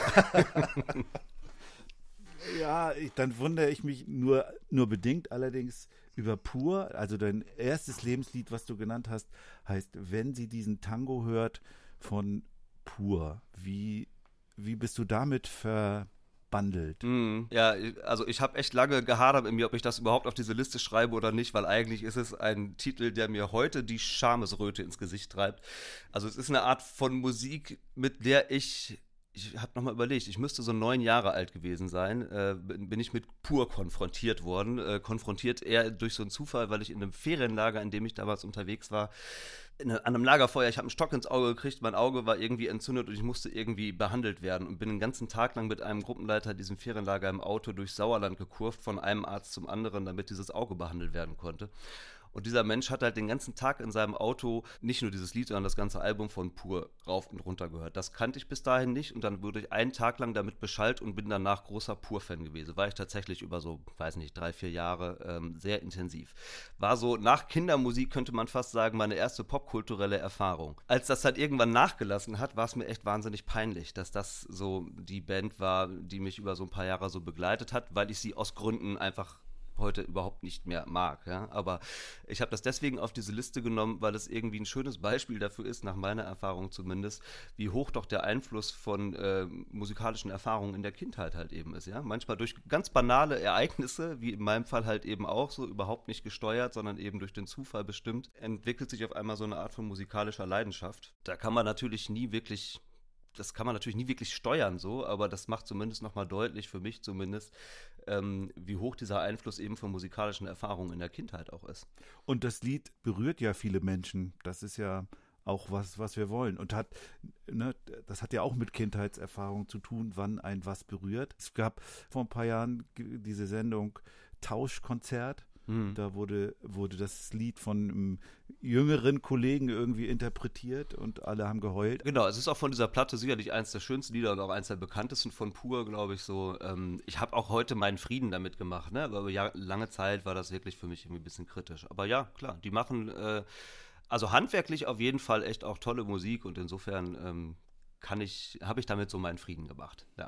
ja, ich, dann wundere ich mich nur, nur bedingt, allerdings über Pur. Also dein erstes Lebenslied, was du genannt hast, heißt Wenn sie diesen Tango hört von Pur. Wie, wie bist du damit verbandelt? Mm, ja, also ich habe echt lange gehadert mit mir, ob ich das überhaupt auf diese Liste schreibe oder nicht, weil eigentlich ist es ein Titel, der mir heute die Schamesröte ins Gesicht treibt. Also es ist eine Art von Musik, mit der ich, ich habe nochmal überlegt, ich müsste so neun Jahre alt gewesen sein, äh, bin ich mit Pur konfrontiert worden. Äh, konfrontiert eher durch so einen Zufall, weil ich in einem Ferienlager, in dem ich damals unterwegs war, in, an einem Lagerfeuer, ich habe einen Stock ins Auge gekriegt, mein Auge war irgendwie entzündet und ich musste irgendwie behandelt werden und bin den ganzen Tag lang mit einem Gruppenleiter diesem Ferienlager im Auto durchs Sauerland gekurvt, von einem Arzt zum anderen, damit dieses Auge behandelt werden konnte. Und dieser Mensch hat halt den ganzen Tag in seinem Auto nicht nur dieses Lied, sondern das ganze Album von Pur rauf und runter gehört. Das kannte ich bis dahin nicht und dann wurde ich einen Tag lang damit beschallt und bin danach großer Pur-Fan gewesen. War ich tatsächlich über so, weiß nicht, drei, vier Jahre ähm, sehr intensiv. War so nach Kindermusik, könnte man fast sagen, meine erste popkulturelle Erfahrung. Als das halt irgendwann nachgelassen hat, war es mir echt wahnsinnig peinlich, dass das so die Band war, die mich über so ein paar Jahre so begleitet hat, weil ich sie aus Gründen einfach heute überhaupt nicht mehr mag, ja, aber ich habe das deswegen auf diese Liste genommen, weil es irgendwie ein schönes Beispiel dafür ist, nach meiner Erfahrung zumindest, wie hoch doch der Einfluss von äh, musikalischen Erfahrungen in der Kindheit halt eben ist, ja, manchmal durch ganz banale Ereignisse, wie in meinem Fall halt eben auch so, überhaupt nicht gesteuert, sondern eben durch den Zufall bestimmt, entwickelt sich auf einmal so eine Art von musikalischer Leidenschaft. Da kann man natürlich nie wirklich Das kann man natürlich nie wirklich steuern, so, aber das macht zumindest nochmal deutlich, für mich zumindest, ähm, wie hoch dieser Einfluss eben von musikalischen Erfahrungen in der Kindheit auch ist. Und das Lied berührt ja viele Menschen. Das ist ja auch was, was wir wollen. Und hat, ne, das hat ja auch mit Kindheitserfahrung zu tun, wann ein was berührt. Es gab vor ein paar Jahren diese Sendung Tauschkonzert. Mhm. Da wurde, wurde das Lied von einem jüngeren Kollegen irgendwie interpretiert und alle haben geheult. Genau, es ist auch von dieser Platte sicherlich eins der schönsten Lieder und auch eins der bekanntesten von Pur, glaube ich so. Ähm, ich habe auch heute meinen Frieden damit gemacht, ne? Aber ja, lange Zeit war das wirklich für mich irgendwie ein bisschen kritisch. Aber ja, klar, die machen äh, also handwerklich auf jeden Fall echt auch tolle Musik und insofern ähm, kann ich, habe ich damit so meinen Frieden gemacht, ja.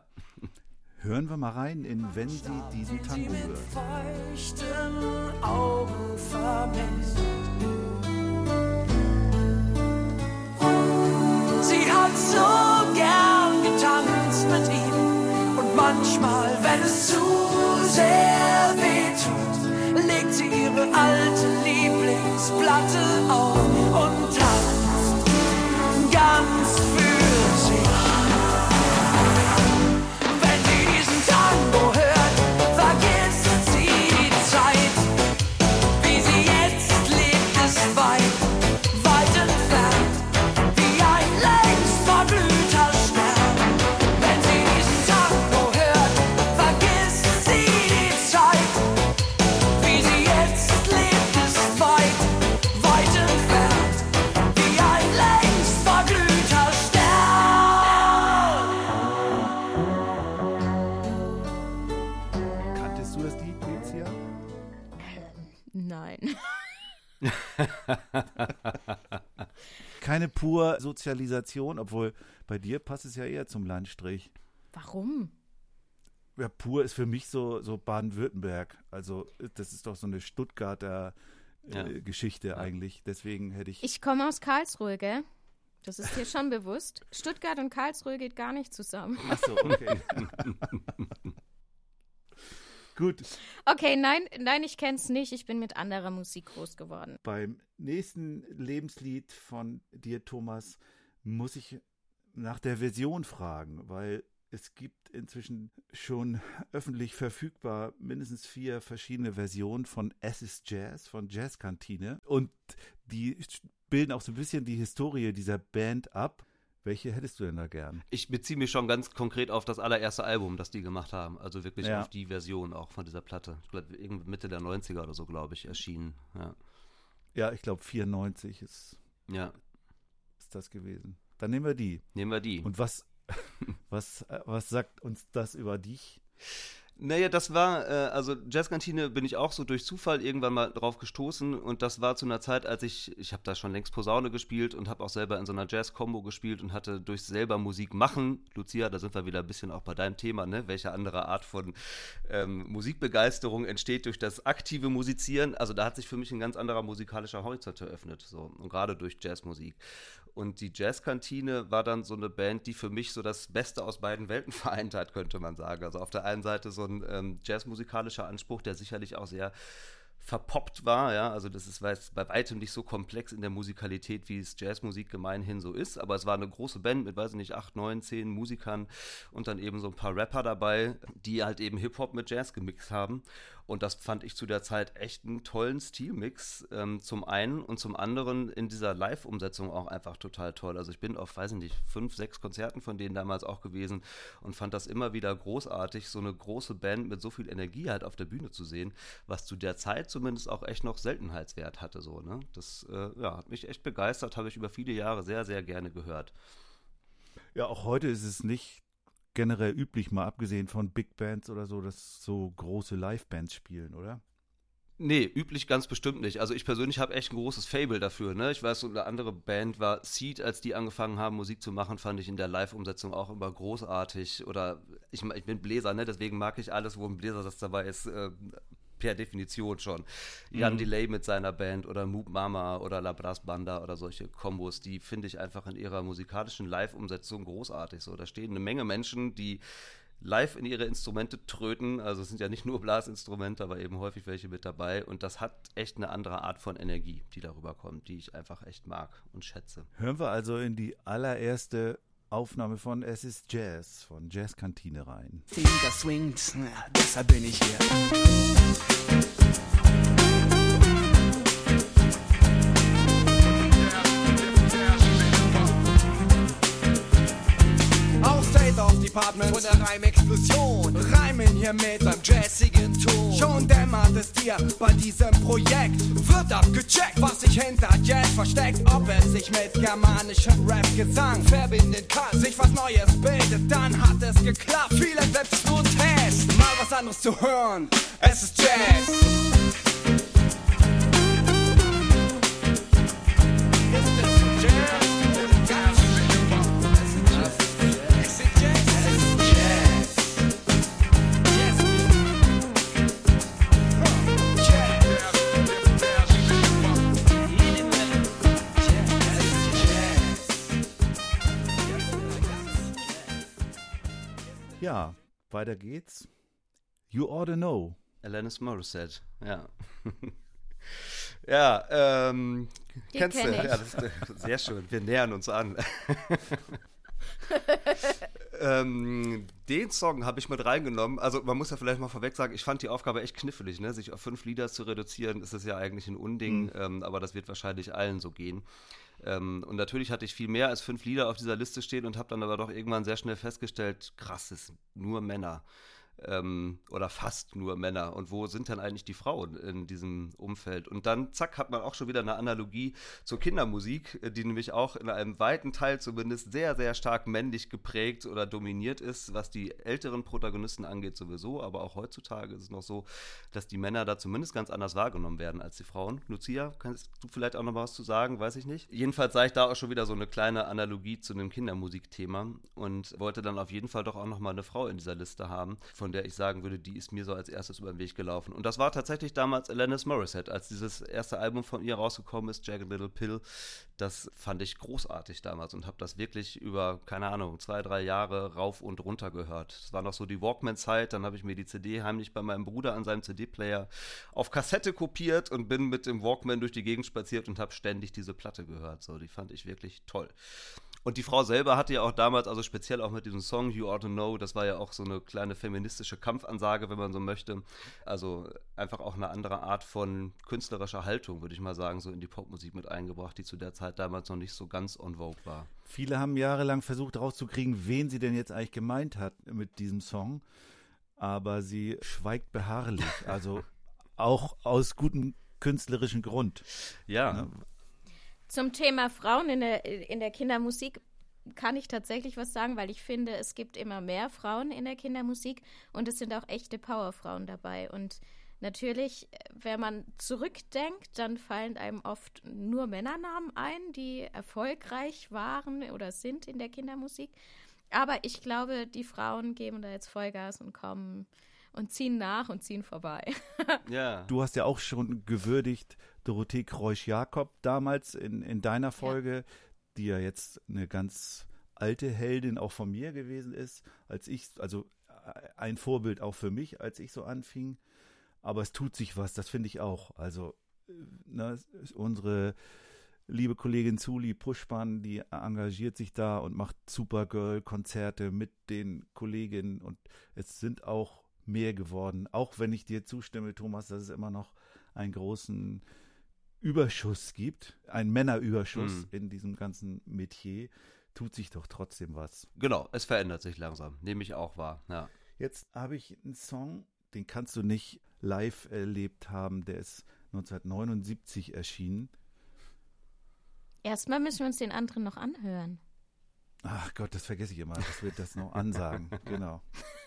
Hören wir mal rein in Wenn sie diesen Tango hört. Mit feuchten Augen vermisst. Sie hat so gern getanzt mit ihm und man manchmal, wenn es zu sehr wehtut, legt sie ihre alte Lieblingsplatte auf und tanzt ganz für sich. Wenn sie diesen Tango hört, vergisst sie die Zeit. Wie sie jetzt lebt, ist weit, weit entfernt, wie ein längst verblühter Stern. Wenn sie diesen Tango hört, vergisst sie die Zeit. Wie sie jetzt lebt, ist weit, weit entfernt, wie ein längst verglühter Stern. Kanntest du das Lied, Lucia? Nein. Keine pure Sozialisation, obwohl bei dir passt es ja eher zum Landstrich. Warum? Ja, pur ist für mich so, so Baden-Württemberg. Also das ist doch so eine Stuttgarter äh, Ja. Geschichte Ja. eigentlich. Deswegen hätte ich... Ich komme aus Karlsruhe, gell? Das ist dir schon bewusst. Stuttgart und Karlsruhe geht gar nicht zusammen. Achso, okay. Gut, Okay, nein, nein, ich kenn's nicht. Ich bin mit anderer Musik groß geworden. beim nächsten Lebenslied von dir, Thomas, muss ich nach der Version fragen, weil es gibt inzwischen schon öffentlich verfügbar mindestens vier verschiedene Versionen von Es ist Jazz, von Jazzkantine. Und die bilden auch so ein bisschen die Historie dieser Band ab. Welche hättest du denn da gern? Ich beziehe mich schon ganz konkret auf das allererste Album, das die gemacht haben. Also wirklich Ja. auf die Version auch von dieser Platte. Ich glaube, irgendwie Mitte der neunziger oder so, glaube ich, erschienen. Ja. Ja, ich glaube vierundneunzig ist, ja, ist das gewesen. Dann nehmen wir die. nehmen wir die. Und was, was, äh, was sagt uns das über dich? Naja, das war, äh, also Jazzkantine bin ich auch so durch Zufall irgendwann mal drauf gestoßen und das war zu einer Zeit, als ich, ich habe da schon längst Posaune gespielt und habe auch selber in so einer Jazz-Combo gespielt und hatte durch selber Musik machen, Lucia, da sind wir wieder ein bisschen auch bei deinem Thema, ne, welche andere Art von ähm, Musikbegeisterung entsteht durch das aktive Musizieren, also da hat sich für mich ein ganz anderer musikalischer Horizont eröffnet, so, und gerade durch Jazzmusik. Und die Jazzkantine war dann so eine Band, die für mich so das Beste aus beiden Welten vereint hat, könnte man sagen. Also auf der einen Seite so ein ähm, jazzmusikalischer Anspruch, der sicherlich auch sehr verpoppt war, ja, also das ist weiß, bei weitem nicht so komplex in der Musikalität, wie es Jazzmusik gemeinhin so ist, aber es war eine große Band mit, weiß ich nicht, acht, neun, zehn Musikern und dann eben so ein paar Rapper dabei, die halt eben Hip-Hop mit Jazz gemixt haben und das fand ich zu der Zeit echt einen tollen Stilmix, ähm, zum einen und zum anderen in dieser Live-Umsetzung auch einfach total toll, also ich bin auf, weiß ich nicht, fünf, sechs Konzerten von denen damals auch gewesen und fand das immer wieder großartig, so eine große Band mit so viel Energie halt auf der Bühne zu sehen, was zu der Zeit zumindest auch echt noch Seltenheitswert hatte, so, ne? Das äh, ja, hat mich echt begeistert, habe ich über viele Jahre sehr, sehr gerne gehört. Ja, auch heute ist es nicht generell üblich, mal abgesehen von Big Bands oder so, dass so große Live-Bands spielen, oder? Nee, üblich ganz bestimmt nicht. Also ich persönlich habe echt ein großes Faible dafür, ne? Ich weiß, so eine andere Band war Seed, als die angefangen haben, Musik zu machen, fand ich in der Live-Umsetzung auch immer großartig. Oder ich, ich bin Bläser, ne? Deswegen mag ich alles, wo ein Bläsersatz dabei ist, äh, per Definition schon. Jan Mhm. Delay mit seiner Band oder Moop Mama oder La Brass Banda oder solche Kombos, die finde ich einfach in ihrer musikalischen Live-Umsetzung großartig. So, da stehen eine Menge Menschen, die live in ihre Instrumente tröten, also es sind ja nicht nur Blasinstrumente, aber eben häufig welche mit dabei und das hat echt eine andere Art von Energie, die darüber kommt, die ich einfach echt mag und schätze. Hören wir also in die allererste Aufnahme von Es ist Jazz, von Jazzkantine rein. Finger swingt, ja, deshalb bin ich hier. Aus State of Department von der Reimexplosion. Reimen hier mit einem jazzigen Ton. Schon dämmert es dir bei diesem Projekt. Wird abgecheckt, was sich hinter Jazz versteckt. Ob es sich mit germanischem Rap-Gesang verbinden kann. Sich was Neues bildet, dann hat es geklappt. Viele bleibt es nur ein Test. Mal was anderes zu hören. Es ist Jazz. Ja, weiter geht's. You Oughta Know. Alanis Morissette, ja. Ja, ähm, Die kennst du? kenn ich. Ja, das ist sehr schön. Wir nähern uns an. ähm, den Song habe ich mit reingenommen. Also man muss ja vielleicht mal vorweg sagen, ich fand die Aufgabe echt knifflig, ne? Sich auf fünf Lieder zu reduzieren, ist es ja eigentlich ein Unding, Mhm. ähm, aber das wird wahrscheinlich allen so gehen. Ähm, und natürlich hatte ich viel mehr als fünf Lieder auf dieser Liste stehen und habe dann aber doch irgendwann sehr schnell festgestellt, krass, es sind nur Männer. Ähm, oder fast nur Männer. Und wo sind denn eigentlich die Frauen in diesem Umfeld? Und dann, zack, hat man auch schon wieder eine Analogie zur Kindermusik, äh, die nämlich auch in einem weiten Teil zumindest sehr, sehr stark männlich geprägt oder dominiert ist, was die älteren Protagonisten angeht sowieso, aber auch heutzutage ist es noch so, dass die Männer da zumindest ganz anders wahrgenommen werden als die Frauen. Lucia, kannst du vielleicht auch noch mal was zu sagen? Weiß ich nicht. Jedenfalls sah ich da auch schon wieder so eine kleine Analogie zu einem Kindermusikthema und wollte dann auf jeden Fall doch auch noch mal eine Frau in dieser Liste haben, von der ich sagen würde, die ist mir so als erstes über den Weg gelaufen. Und das war tatsächlich damals Alanis Morissette, als dieses erste Album von ihr rausgekommen ist, Jagged Little Pill. Das fand ich großartig damals und habe das wirklich über, keine Ahnung, zwei, drei Jahre rauf und runter gehört. Das war noch so die Walkman-Zeit, dann habe ich mir die C D heimlich bei meinem Bruder an seinem C D-Player auf Kassette kopiert und bin mit dem Walkman durch die Gegend spaziert und habe ständig diese Platte gehört. So, die fand ich wirklich toll. Und die Frau selber hatte ja auch damals, also speziell auch mit diesem Song You Oughta Know, das war ja auch so eine kleine feministische Kampfansage, wenn man so möchte. Also einfach auch eine andere Art von künstlerischer Haltung, würde ich mal sagen, so in die Popmusik mit eingebracht, die zu der Zeit damals noch nicht so ganz en vogue war. Viele haben jahrelang versucht rauszukriegen, wen sie denn jetzt eigentlich gemeint hat mit diesem Song. Aber sie schweigt beharrlich. Also auch aus gutem künstlerischen Grund. Ja. Ne? Zum Thema Frauen in der, in der Kindermusik kann ich tatsächlich was sagen, weil ich finde, es gibt immer mehr Frauen in der Kindermusik und es sind auch echte Powerfrauen dabei. Und natürlich, wenn man zurückdenkt, dann fallen einem oft nur Männernamen ein, die erfolgreich waren oder sind in der Kindermusik. Aber ich glaube, die Frauen geben da jetzt Vollgas und kommen und ziehen nach und ziehen vorbei. Ja. Du hast ja auch schon gewürdigt Dorothee Kreusch-Jakob damals in, in deiner Folge, ja, die ja jetzt eine ganz alte Heldin auch von mir gewesen ist, als ich, also ein Vorbild auch für mich, als ich so anfing. Aber es tut sich was, das finde ich auch. Also ne, unsere liebe Kollegin Zuli Puschmann, die engagiert sich da und macht Supergirl-Konzerte mit den Kolleginnen und es sind auch mehr geworden, auch wenn ich dir zustimme, Thomas, dass es immer noch einen großen Überschuss gibt, einen Männerüberschuss mm. in diesem ganzen Metier, tut sich doch trotzdem was. Genau, es verändert sich langsam, nehme ich auch wahr, ja. Jetzt habe ich einen Song, den kannst du nicht live erlebt haben, der ist neunzehnhundertneunundsiebzig erschienen. Erstmal müssen wir uns den anderen noch anhören. Ach Gott, das vergesse ich immer, das wird das noch ansagen, genau.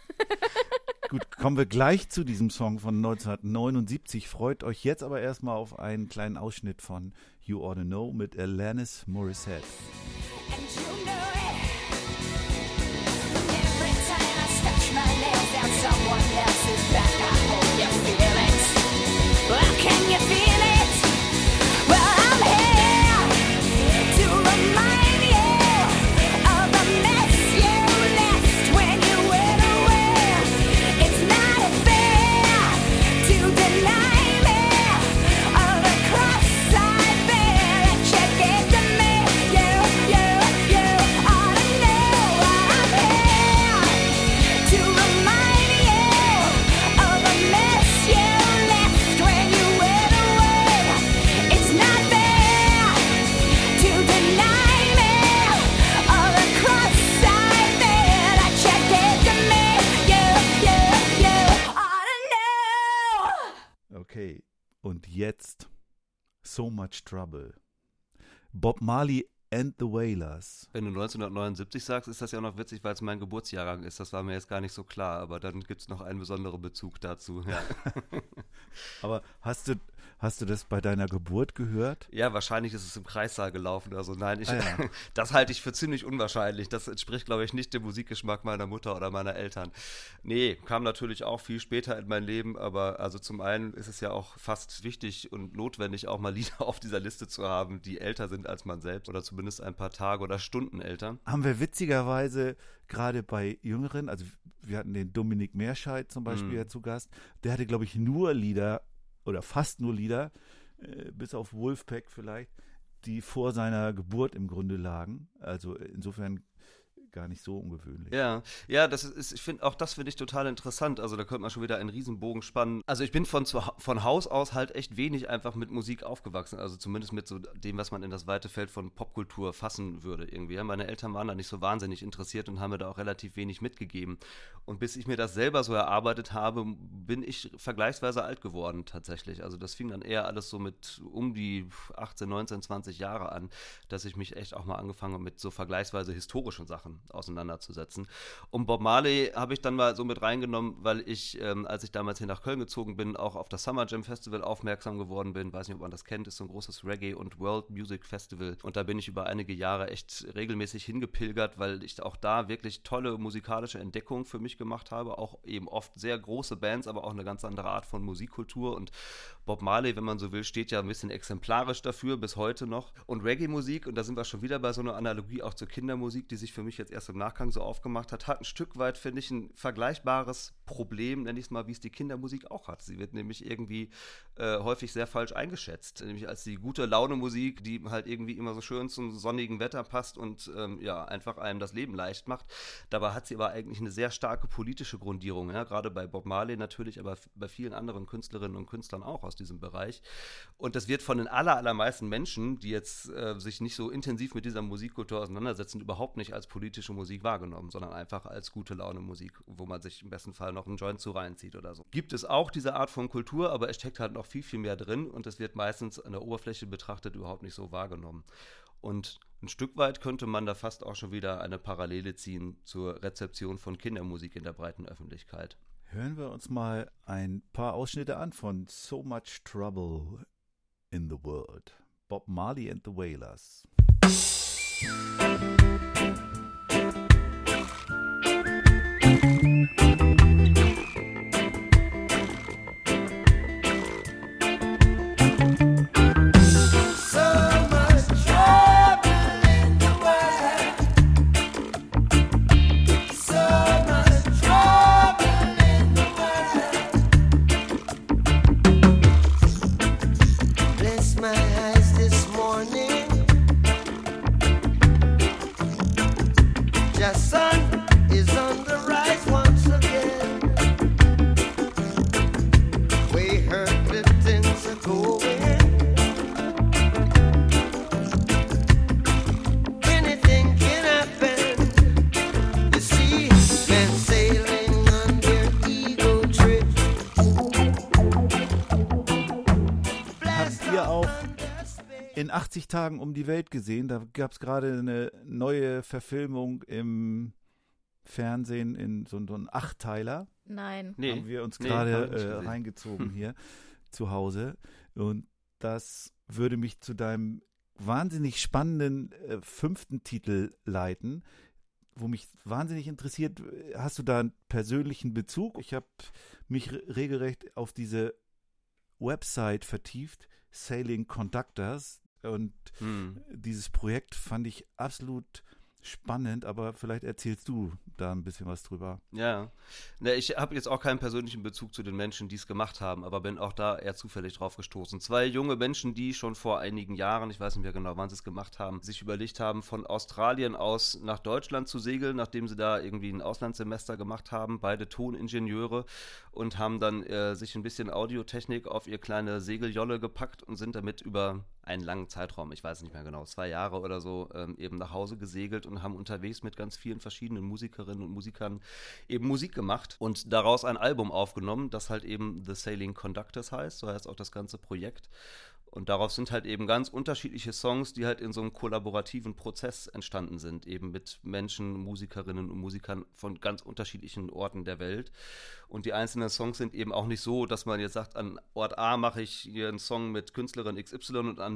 Gut, kommen wir gleich zu diesem Song von neunzehnhundertneunundsiebzig. Freut euch jetzt aber erstmal auf einen kleinen Ausschnitt von You Oughta Know mit Alanis Morissette. And you know it. Every time I stretch my legs down someone else's back, I hope you feel it. Well, can you feel it? Well, I'm here to remind you of the mess you left when you went away. It's not fair to deny me all the cross I bear that you gave to me. You, you, you ought to know I'm here to remind you of the mess you left when you went away. It's not fair to deny me all the cross I bear that you gave to me. You, you, you ought to know. Okay, und jetzt So Much Trouble. Bob Marley and the Wailers. Wenn du neunzehnhundertneunundsiebzig sagst, ist das ja noch witzig, weil es mein Geburtsjahrgang ist. Das war mir jetzt gar nicht so klar, aber dann gibt es noch einen besonderen Bezug dazu. Ja. Aber hast du, hast du das bei deiner Geburt gehört? Ja, wahrscheinlich ist es im Kreissaal gelaufen oder so. Nein, ich, Ah, ja. das halte ich für ziemlich unwahrscheinlich. Das entspricht, glaube ich, nicht dem Musikgeschmack meiner Mutter oder meiner Eltern. Nee, kam natürlich auch viel später in mein Leben, aber also zum einen ist es ja auch fast wichtig und notwendig, auch mal Lieder auf dieser Liste zu haben, die älter sind als man selbst oder zumindest ein paar Tage oder Stunden älter. Haben wir witzigerweise gerade bei Jüngeren, also wir hatten den Dominik Meerscheid zum Beispiel Mhm. ja zu Gast. Der hatte, glaube ich, nur Lieder oder fast nur Lieder, äh, bis auf Wolfpack vielleicht, die vor seiner Geburt im Grunde lagen. Also insofern gar nicht so ungewöhnlich. Ja, ja, das ist, ich finde, auch das finde ich total interessant. Also da könnte man schon wieder einen Riesenbogen spannen. Also ich bin von, zu, von Haus aus halt echt wenig einfach mit Musik aufgewachsen. Also zumindest mit so dem, was man in das weite Feld von Popkultur fassen würde irgendwie. Ja, meine Eltern waren da nicht so wahnsinnig interessiert und haben mir da auch relativ wenig mitgegeben. Und bis ich mir das selber so erarbeitet habe, bin ich vergleichsweise alt geworden tatsächlich. Also das fing dann eher alles so mit um die achtzehn, neunzehn, zwanzig Jahre an, dass ich mich echt auch mal angefangen habe mit so vergleichsweise historischen Sachen auseinanderzusetzen. Und Bob Marley habe ich dann mal so mit reingenommen, weil ich, ähm, als ich damals hier nach Köln gezogen bin, auch auf das Summer Jam Festival aufmerksam geworden bin. Weiß nicht, ob man das kennt, ist so ein großes Reggae- und World Music Festival. Und da bin ich über einige Jahre echt regelmäßig hingepilgert, weil ich auch da wirklich tolle musikalische Entdeckungen für mich gemacht habe. Auch eben oft sehr große Bands, aber auch eine ganz andere Art von Musikkultur. Und Bob Marley, wenn man so will, steht ja ein bisschen exemplarisch dafür, bis heute noch. Und Reggae-Musik, und da sind wir schon wieder bei so einer Analogie auch zur Kindermusik, die sich für mich jetzt erst im Nachgang so aufgemacht hat, hat ein Stück weit, finde ich, ein vergleichbares Problem, nenne ich es mal, wie es die Kindermusik auch hat. Sie wird nämlich irgendwie äh, häufig sehr falsch eingeschätzt, nämlich als die gute Laune-Musik, die halt irgendwie immer so schön zum sonnigen Wetter passt und ähm, ja, einfach einem das Leben leicht macht. Dabei hat sie aber eigentlich eine sehr starke politische Grundierung, ja? Gerade bei Bob Marley natürlich, aber f- bei vielen anderen Künstlerinnen und Künstlern auch aus diesem Bereich. Und das wird von den aller, allermeisten Menschen, die jetzt äh, sich nicht so intensiv mit dieser Musikkultur auseinandersetzen, überhaupt nicht als politische Musik wahrgenommen, sondern einfach als gute Laune Musik, wo man sich im besten Fall noch einen Joint zu reinzieht oder so. Gibt es auch diese Art von Kultur, aber es steckt halt noch viel, viel mehr drin und es wird meistens an der Oberfläche betrachtet überhaupt nicht so wahrgenommen. Und ein Stück weit könnte man da fast auch schon wieder eine Parallele ziehen zur Rezeption von Kindermusik in der breiten Öffentlichkeit. Hören wir uns mal ein paar Ausschnitte an von So Much Trouble in the World. Bob Marley and the Wailers. Bless my eyes this morning. The sun is on the rise once again. We heard that things are going. Anything can happen. You see, men sailing on their ego trip. Habt ihr auch in achtzig Tagen um die Welt gesehen? Da gab es gerade eine neue Verfilmung im Fernsehen in so, so einen Achtteiler. Nein. Nee, Haben wir uns nee, gerade hab ich nicht äh, gesehen. reingezogen hier zu Hause. Und das würde mich zu deinem wahnsinnig spannenden äh, fünften Titel leiten, wo mich wahnsinnig interessiert, hast du da einen persönlichen Bezug? Ich habe mich re- regelrecht auf diese Website vertieft, Sailing Conductors, und Hm. dieses Projekt fand ich absolut spannend, aber vielleicht erzählst du da ein bisschen was drüber. Ja, ne, ich habe jetzt auch keinen persönlichen Bezug zu den Menschen, die es gemacht haben, aber bin auch da eher zufällig drauf gestoßen. Zwei junge Menschen, die schon vor einigen Jahren, ich weiß nicht mehr genau, wann sie es gemacht haben, sich überlegt haben, von Australien aus nach Deutschland zu segeln, nachdem sie da irgendwie ein Auslandssemester gemacht haben, beide Toningenieure, und haben dann äh, sich ein bisschen Audiotechnik auf ihr kleine Segeljolle gepackt und sind damit über einen langen Zeitraum, ich weiß nicht mehr genau, zwei Jahre oder so, ähm, eben nach Hause gesegelt und haben unterwegs mit ganz vielen verschiedenen Musikerinnen und Musikern eben Musik gemacht und daraus ein Album aufgenommen, das halt eben The Sailing Conductors heißt, so heißt auch das ganze Projekt. Und darauf sind halt eben ganz unterschiedliche Songs, die halt in so einem kollaborativen Prozess entstanden sind, eben mit Menschen, Musikerinnen und Musikern von ganz unterschiedlichen Orten der Welt. Und die einzelnen Songs sind eben auch nicht so, dass man jetzt sagt, an Ort A mache ich hier einen Song mit Künstlerin X Y und an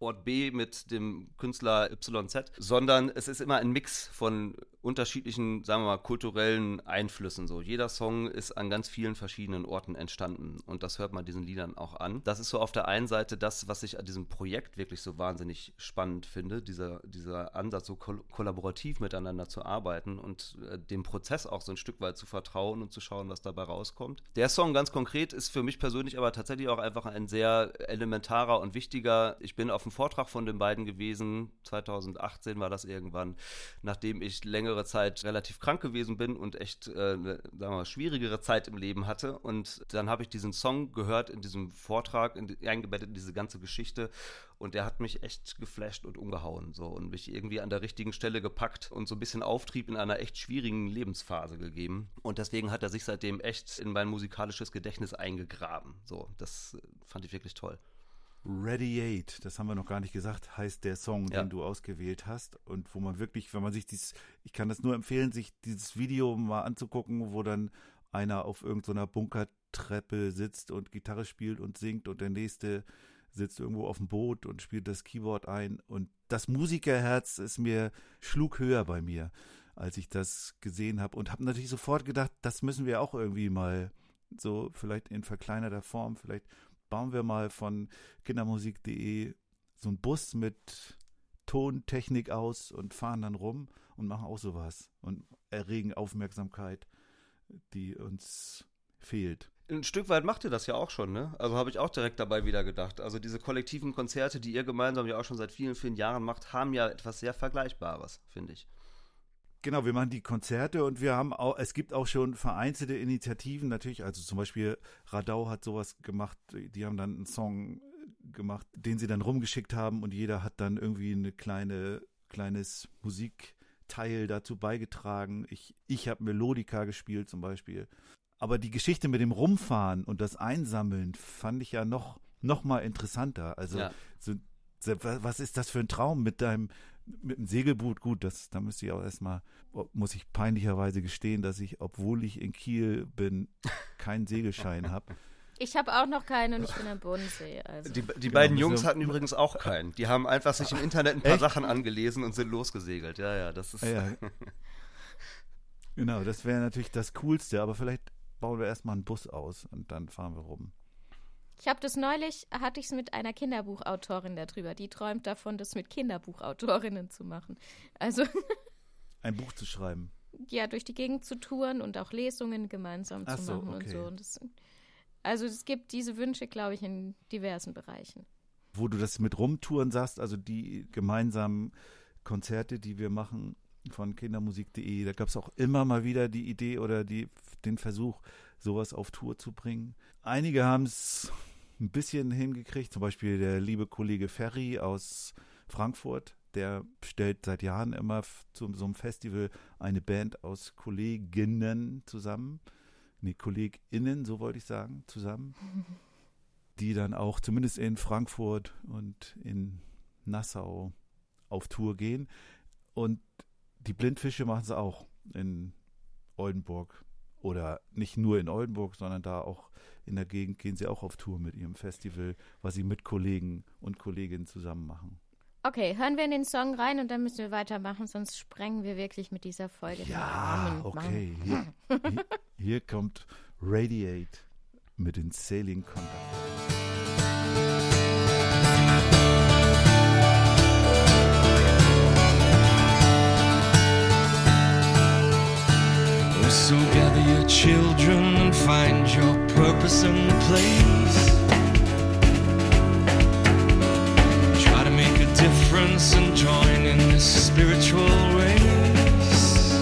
Ort B mit dem Künstler Y Z, sondern es ist immer ein Mix von unterschiedlichen, sagen wir mal, kulturellen Einflüssen. So. Jeder Song ist an ganz vielen verschiedenen Orten entstanden und das hört man diesen Liedern auch an. Das ist so auf der einen Seite das, was ich an diesem Projekt wirklich so wahnsinnig spannend finde, dieser, dieser Ansatz, so kol- kollaborativ miteinander zu arbeiten und äh, dem Prozess auch so ein Stück weit zu vertrauen und zu schauen, was dabei rauskommt. Der Song ganz konkret ist für mich persönlich aber tatsächlich auch einfach ein sehr elementarer und wichtiger. Ich bin auf dem Vortrag von den beiden gewesen, zweitausendachtzehn war das irgendwann, nachdem ich längere Zeit relativ krank gewesen bin und echt äh, eine, sagen wir mal, schwierigere Zeit im Leben hatte. Und dann habe ich diesen Song gehört in diesem Vortrag, in die, eingebettet in diese ganze Geschichte. Und der hat mich echt geflasht und umgehauen so und mich irgendwie an der richtigen Stelle gepackt und so ein bisschen Auftrieb in einer echt schwierigen Lebensphase gegeben. Und deswegen hat er sich seitdem echt in mein musikalisches Gedächtnis eingegraben. So, das fand ich wirklich toll. Radiate, das haben wir noch gar nicht gesagt, heißt der Song, Ja. den du ausgewählt hast und wo man wirklich, wenn man sich dieses, ich kann das nur empfehlen, sich dieses Video mal anzugucken, wo dann einer auf irgendeiner Bunkertreppe sitzt und Gitarre spielt und singt und der nächste sitzt irgendwo auf dem Boot und spielt das Keyboard ein und das Musikerherz ist mir, schlug höher bei mir, als ich das gesehen habe und habe natürlich sofort gedacht, das müssen wir auch irgendwie mal so vielleicht in verkleinerter Form, vielleicht bauen wir mal von kindermusik punkt de so einen Bus mit Tontechnik aus und fahren dann rum und machen auch sowas und erregen Aufmerksamkeit, die uns fehlt. Ein Stück weit macht ihr das ja auch schon, ne? Also habe ich auch direkt dabei wieder gedacht. Also diese kollektiven Konzerte, die ihr gemeinsam ja auch schon seit vielen, vielen Jahren macht, haben ja etwas sehr Vergleichbares, finde ich. Genau, wir machen die Konzerte und wir haben auch, es gibt auch schon vereinzelte Initiativen natürlich, also zum Beispiel Radau hat sowas gemacht, die haben dann einen Song gemacht, den sie dann rumgeschickt haben und jeder hat dann irgendwie eine kleine, kleines Musikteil dazu beigetragen. Ich, ich habe Melodika gespielt zum Beispiel. Aber die Geschichte mit dem Rumfahren und das Einsammeln fand ich ja noch, noch mal interessanter. Also Ja. so, was ist das für ein Traum mit deinem mit dem Segelboot? Gut, das da müsste ich auch erstmal, muss ich peinlicherweise gestehen, dass ich, obwohl ich in Kiel bin, keinen Segelschein habe. Ich habe auch noch keinen und ich bin am Bodensee. Also. Die, die Genau, beiden müssen Jungs wir- hatten übrigens auch keinen. Die haben einfach sich im Internet ein paar Echt? Sachen angelesen und sind losgesegelt. Ja, ja, das ist... Ja, genau, das wäre natürlich das Coolste, aber vielleicht bauen wir erstmal einen Bus aus und dann fahren wir rum. Ich habe das neulich, hatte ich es mit einer Kinderbuchautorin darüber. Die träumt davon, das mit Kinderbuchautorinnen zu machen. Also, Ein Buch zu schreiben. ja, durch die Gegend zu touren und auch Lesungen gemeinsam Ach zu so, machen okay. und so. Und das, also es gibt diese Wünsche, glaube ich, in diversen Bereichen. Wo du das mit Rumtouren sagst, also die gemeinsamen Konzerte, die wir machen von kindermusik punkt de, da gab es auch immer mal wieder die Idee oder die, den Versuch, sowas auf Tour zu bringen. Einige haben es ein bisschen hingekriegt, zum Beispiel der liebe Kollege Ferry aus Frankfurt, der stellt seit Jahren immer f- zu so einem Festival eine Band aus Kolleginnen zusammen, nee, KollegInnen, so wollte ich sagen, zusammen, die dann auch zumindest in Frankfurt und in Nassau auf Tour gehen. Und die Blindfische machen es auch in Oldenburg. Oder nicht nur in Oldenburg, sondern da auch in der Gegend gehen sie auch auf Tour mit ihrem Festival, was sie mit Kollegen und Kolleginnen zusammen machen. Okay, hören wir in den Song rein und dann müssen wir weitermachen, sonst sprengen wir wirklich mit dieser Folge den Rahmen. okay. Hier, hier, hier kommt Radiate mit den Sailing Conductors. So gather your children and find your purpose and place. Try to make a difference and join in this spiritual race.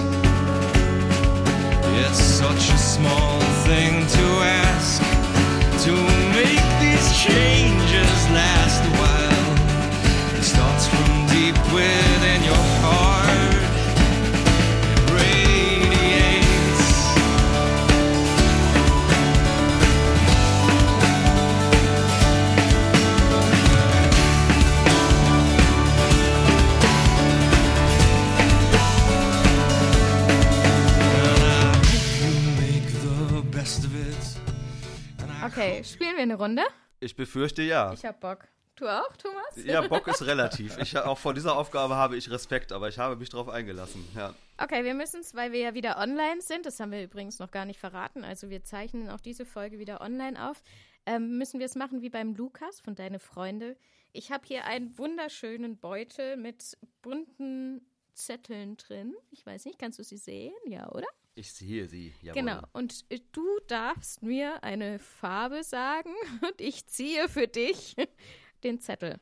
It's such a small thing to ask, to make these changes last a while. It starts from deep within your heart. Okay, spielen wir eine Runde? Ich befürchte ja. Ich hab Bock. Du auch, Thomas? Ja, Bock ist relativ. Ich, auch vor dieser Aufgabe habe ich Respekt, aber ich habe mich darauf eingelassen. Ja. Okay, wir müssen es, weil wir ja wieder online sind, das haben wir übrigens noch gar nicht verraten, also wir zeichnen auch diese Folge wieder online auf, ähm, müssen wir es machen wie beim Lukas von Deine Freunde. Ich habe hier einen wunderschönen Beutel mit bunten Zetteln drin. Ich weiß nicht, kannst du sie sehen? Ja, oder? Ich sehe sie, jawohl. Genau, und äh, du darfst mir eine Farbe sagen und ich ziehe für dich den Zettel.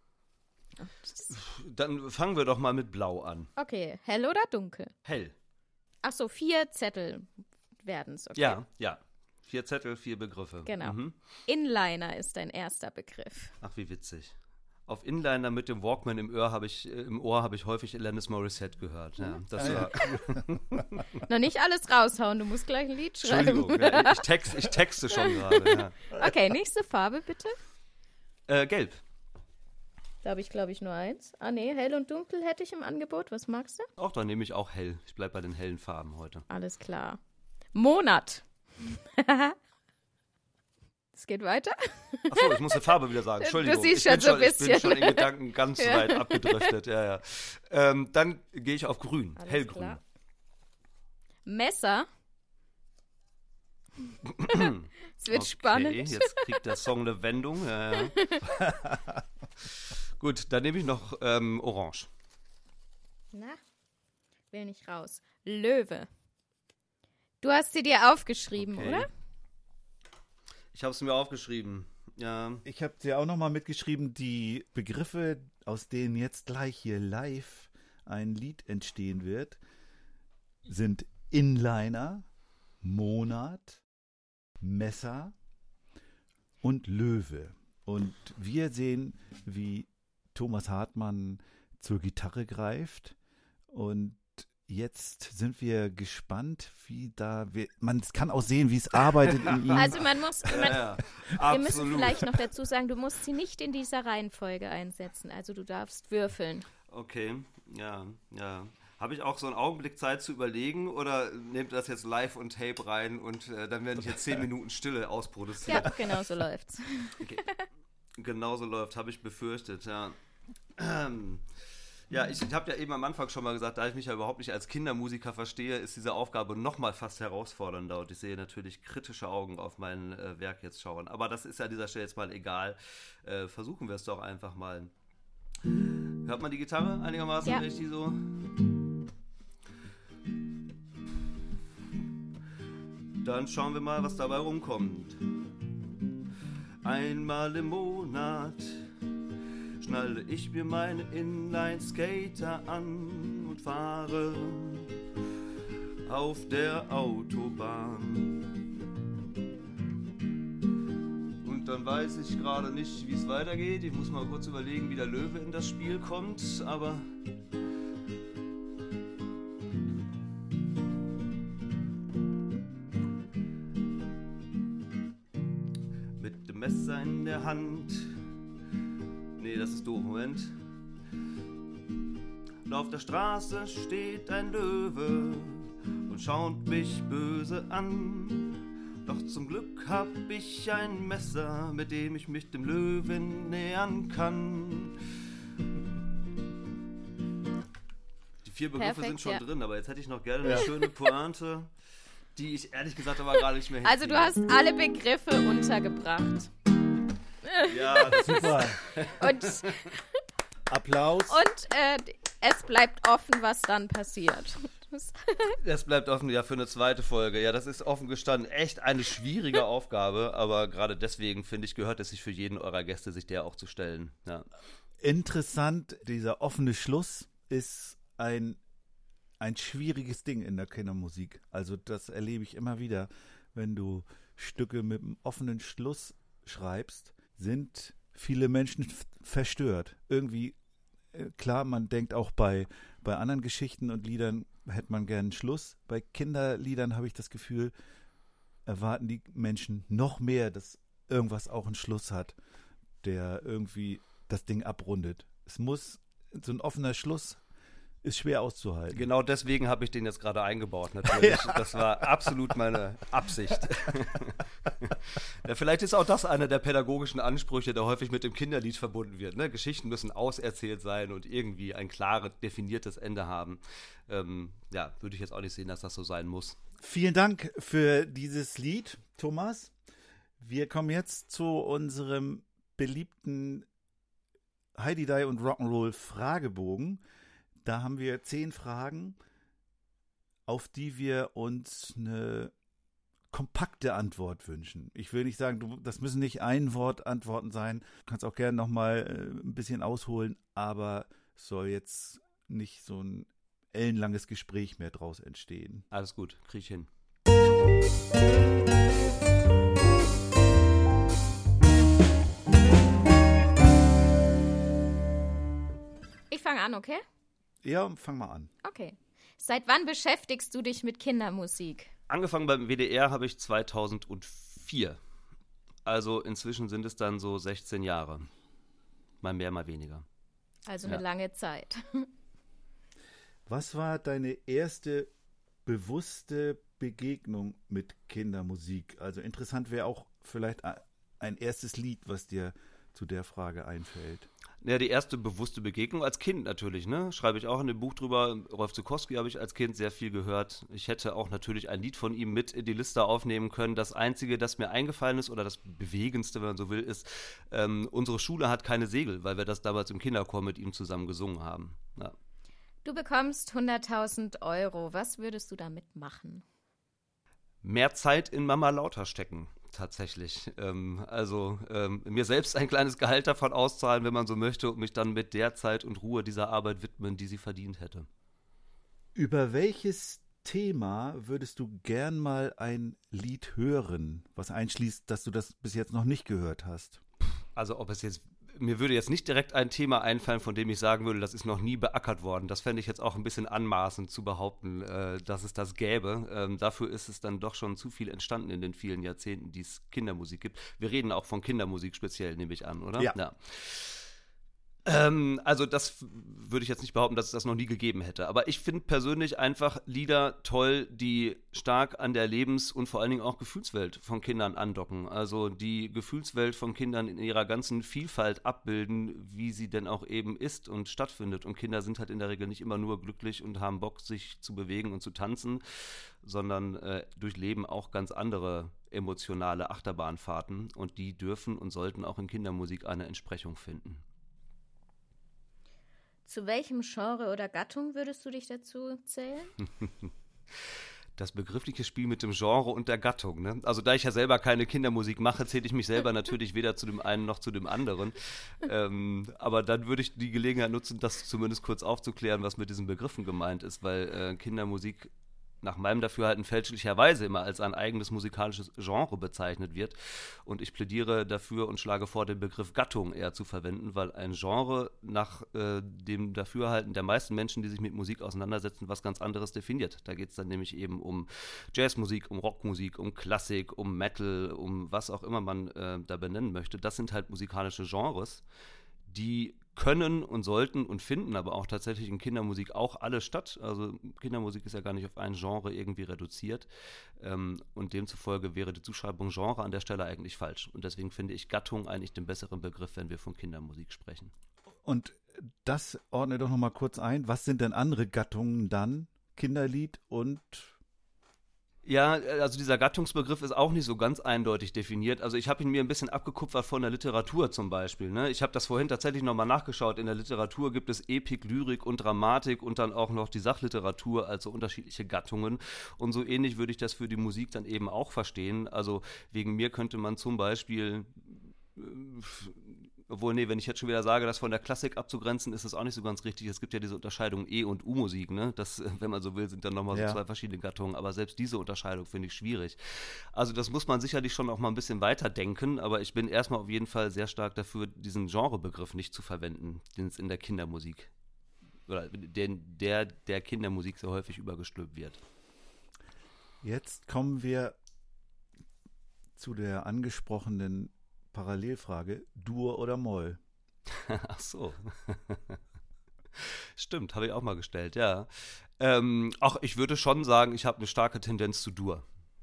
Dann fangen wir doch mal mit Blau an. Okay, hell oder dunkel? Hell. Ach so, vier Zettel werden es, okay? Ja, ja. Vier Zettel, vier Begriffe. Genau. Mhm. Inliner ist dein erster Begriff. Ach, wie witzig. Auf Inliner mit dem Walkman im Ohr habe ich, äh, im Ohr habe ich häufig Alanis Morissette gehört. Ja, das war Noch nicht alles raushauen, du musst gleich ein Lied schreiben. Entschuldigung, ja, ich, text, ich texte schon gerade. Ja. Okay, nächste Farbe bitte. Äh, gelb. Da habe ich, glaube ich, nur eins. Ah, nee, hell und dunkel hätte ich im Angebot. Was magst du? Auch dann nehme ich auch hell. Ich bleibe bei den hellen Farben heute. Alles klar. Monat. Es geht weiter. Achso, ich muss die Farbe wieder sagen. Entschuldigung. Du siehst ich schon bin so ein Ich bin bisschen. schon in Gedanken ganz Ja. weit abgedriftet. Ja, ja. Ähm, dann gehe ich auf grün. Alles Hellgrün. klar. Messer. Es wird Okay, spannend. jetzt kriegt der Song eine Wendung. Ja, ja. Gut, dann nehme ich noch ähm, Orange. Na, will nicht raus. Löwe. Du hast sie dir aufgeschrieben, Okay. oder? Ich habe es mir aufgeschrieben. Ja. Ich habe dir auch nochmal mitgeschrieben, die Begriffe, aus denen jetzt gleich hier live ein Lied entstehen wird, sind Inliner, Monat, Messer und Löwe. Und wir sehen, wie Thomas Hartmann zur Gitarre greift. Und jetzt sind wir gespannt, wie da wir, man kann auch sehen, wie es arbeitet in ihm. Also man muss, man, Ja, wir müssen absolut. vielleicht noch dazu sagen, du musst sie nicht in dieser Reihenfolge einsetzen. Also du darfst würfeln. Okay, ja, ja. Habe ich auch so einen Augenblick Zeit zu überlegen oder nehmt das jetzt live und Tape rein und äh, dann werden hier zehn Minuten Stille ausproduziert? Ja, genau so läuft's. Okay. Genauso läuft, habe ich befürchtet, ja. Ähm, ja, ich, ich habe ja eben am Anfang schon mal gesagt, da ich mich ja überhaupt nicht als Kindermusiker verstehe, ist diese Aufgabe noch mal fast herausfordernder und ich sehe natürlich kritische Augen auf mein äh, Werk jetzt schauen. Aber das ist ja an dieser Stelle jetzt mal egal. Äh, versuchen wir es doch einfach mal. Hört man die Gitarre einigermaßen, Ja. wenn ich die so... Dann schauen wir mal, was dabei rumkommt. Einmal im Monat schnalle ich mir meine Inline-Skater an und fahre auf der Autobahn. Und dann weiß ich gerade nicht, wie es weitergeht. Ich muss mal kurz überlegen, wie der Löwe in das Spiel kommt, aber... Mit dem Messer in der Hand. Nee, das ist doof, Moment. Und auf der Straße steht ein Löwe und schaut mich böse an. Doch zum Glück hab ich ein Messer, mit dem ich mich dem Löwen nähern kann. Die vier Begriffe Perfekt, sind schon ja. drin, aber jetzt hätte ich noch gerne eine schöne Pointe, die ich ehrlich gesagt aber gar nicht mehr Also du hast hinkriege. alle Begriffe untergebracht. Ja, das Super. Und, Applaus. und äh, es bleibt offen, was dann passiert. Das- Das bleibt offen, ja, für eine zweite Folge. Ja, das ist offen gestanden echt eine schwierige Aufgabe, aber gerade deswegen, finde ich, gehört es sich für jeden eurer Gäste, sich der auch zu stellen. Ja. Interessant, dieser offene Schluss ist ein, ein schwieriges Ding in der Kindermusik. Also das erlebe ich immer wieder. Wenn du Stücke mit einem offenen Schluss schreibst, sind viele Menschen f- verstört. Irgendwie, äh, klar, man denkt auch bei, bei anderen Geschichten und Liedern hätte man gern einen Schluss. Bei Kinderliedern habe ich das Gefühl, erwarten die Menschen noch mehr, dass irgendwas auch einen Schluss hat, der irgendwie das Ding abrundet. Es muss so ein offener Schluss ist schwer auszuhalten. Genau deswegen habe ich den jetzt gerade eingebaut, natürlich. Das war absolut meine Absicht. Ja, vielleicht ist auch das einer der pädagogischen Ansprüche, der häufig mit dem Kinderlied verbunden wird. Ne? Geschichten müssen auserzählt sein und irgendwie ein klares, definiertes Ende haben. Ähm, ja, würde ich jetzt auch nicht sehen, dass das so sein muss. Vielen Dank für dieses Lied, Thomas. Wir kommen jetzt zu unserem beliebten Heidi-Dai und Rock'n'Roll Fragebogen. Da haben wir zehn Fragen, auf die wir uns eine kompakte Antwort wünschen. Ich will nicht sagen, du, das müssen nicht Ein-Wort-Antworten sein. Du kannst auch gerne nochmal äh, ein bisschen ausholen, aber es soll jetzt nicht so ein ellenlanges Gespräch mehr draus entstehen. Alles gut, krieg ich hin. Ich fange an, okay? Ja, fang mal an. Okay. Seit wann beschäftigst du dich mit Kindermusik? Angefangen beim W D R habe ich zweitausendvier. Also inzwischen sind es dann so sechzehn Jahre. Mal mehr, mal weniger. Also Ja. eine lange Zeit. Was war deine erste bewusste Begegnung mit Kindermusik? Also interessant wäre auch vielleicht ein erstes Lied, was dir zu der Frage einfällt. Ja, die erste bewusste Begegnung als Kind natürlich, ne? Schreibe ich auch in dem Buch drüber. Rolf Zuckowski habe ich als Kind sehr viel gehört. Ich hätte auch natürlich ein Lied von ihm mit in die Liste aufnehmen können. Das Einzige, das mir eingefallen ist, oder das Bewegendste, wenn man so will, ist, ähm, unsere Schule hat keine Segel, weil wir das damals im Kinderchor mit ihm zusammen gesungen haben. Ja. Du bekommst hunderttausend Euro. Was würdest du damit machen? Mehr Zeit in Mama Lauter stecken. Tatsächlich. Ähm, also ähm, mir selbst ein kleines Gehalt davon auszahlen, wenn man so möchte, und mich dann mit der Zeit und Ruhe dieser Arbeit widmen, die sie verdient hätte. Über welches Thema würdest du gern mal ein Lied hören, was einschließt, dass du das bis jetzt noch nicht gehört hast? Also ob es jetzt, mir würde jetzt nicht direkt ein Thema einfallen, von dem ich sagen würde, das ist noch nie beackert worden. Das fände ich jetzt auch ein bisschen anmaßend zu behaupten, äh, dass es das gäbe. Ähm, dafür ist es dann doch schon zu viel entstanden in den vielen Jahrzehnten, die es Kindermusik gibt. Wir reden auch von Kindermusik speziell, nehme ich an, oder? Ja. ja. Ähm, also das würde ich jetzt nicht behaupten, dass es das noch nie gegeben hätte. Aber ich finde persönlich einfach Lieder toll, die stark an der Lebens- und vor allen Dingen auch Gefühlswelt von Kindern andocken. Also die Gefühlswelt von Kindern in ihrer ganzen Vielfalt abbilden, wie sie denn auch eben ist und stattfindet. Und Kinder sind halt in der Regel nicht immer nur glücklich und haben Bock, sich zu bewegen und zu tanzen, sondern äh, durchleben auch ganz andere emotionale Achterbahnfahrten. Und die dürfen und sollten auch in Kindermusik eine Entsprechung finden. Zu welchem Genre oder Gattung würdest du dich dazu zählen? Das begriffliche Spiel mit dem Genre und der Gattung, ne? Also da ich ja selber keine Kindermusik mache, zähle ich mich selber natürlich weder zu dem einen noch zu dem anderen. Ähm, aber dann würde ich die Gelegenheit nutzen, das zumindest kurz aufzuklären, was mit diesen Begriffen gemeint ist, weil äh, Kindermusik nach meinem Dafürhalten fälschlicherweise immer als ein eigenes musikalisches Genre bezeichnet wird. Und ich plädiere dafür und schlage vor, den Begriff Gattung eher zu verwenden, weil ein Genre nach äh, dem Dafürhalten der meisten Menschen, die sich mit Musik auseinandersetzen, was ganz anderes definiert. Da geht es dann nämlich eben um Jazzmusik, um Rockmusik, um Klassik, um Metal, um was auch immer man äh, da benennen möchte. Das sind halt musikalische Genres, die können und sollten und finden aber auch tatsächlich in Kindermusik auch alle statt. Also Kindermusik ist ja gar nicht auf ein Genre irgendwie reduziert. Ähm, und demzufolge wäre die Zuschreibung Genre an der Stelle eigentlich falsch. Und deswegen finde ich Gattung eigentlich den besseren Begriff, wenn wir von Kindermusik sprechen. Und das ordne doch noch mal kurz ein. Was sind denn andere Gattungen dann? Kinderlied und... Ja, also dieser Gattungsbegriff ist auch nicht so ganz eindeutig definiert. Also ich habe ihn mir ein bisschen abgekupfert von der Literatur zum Beispiel. Ne? Ich habe das vorhin tatsächlich nochmal nachgeschaut. In der Literatur gibt es Epik, Lyrik und Dramatik und dann auch noch die Sachliteratur, also unterschiedliche Gattungen. Und so ähnlich würde ich das für die Musik dann eben auch verstehen. Also wegen mir könnte man zum Beispiel... Äh, Obwohl, nee, wenn ich jetzt schon wieder sage, das von der Klassik abzugrenzen, ist das auch nicht so ganz richtig. Es gibt ja diese Unterscheidung E- und U-Musik, ne? Das, wenn man so will, sind dann nochmal Ja. so zwei verschiedene Gattungen. Aber selbst diese Unterscheidung finde ich schwierig. Also das muss man sicherlich schon auch mal ein bisschen weiter denken. Aber ich bin erstmal auf jeden Fall sehr stark dafür, diesen Genrebegriff nicht zu verwenden, den es in der Kindermusik, oder den, der der Kindermusik so häufig übergestülpt wird. Jetzt kommen wir zu der angesprochenen Parallelfrage, Dur oder Moll? Ach so. Stimmt, habe ich auch mal gestellt, ja. Ähm, auch ich würde schon sagen, ich habe eine starke Tendenz zu Dur.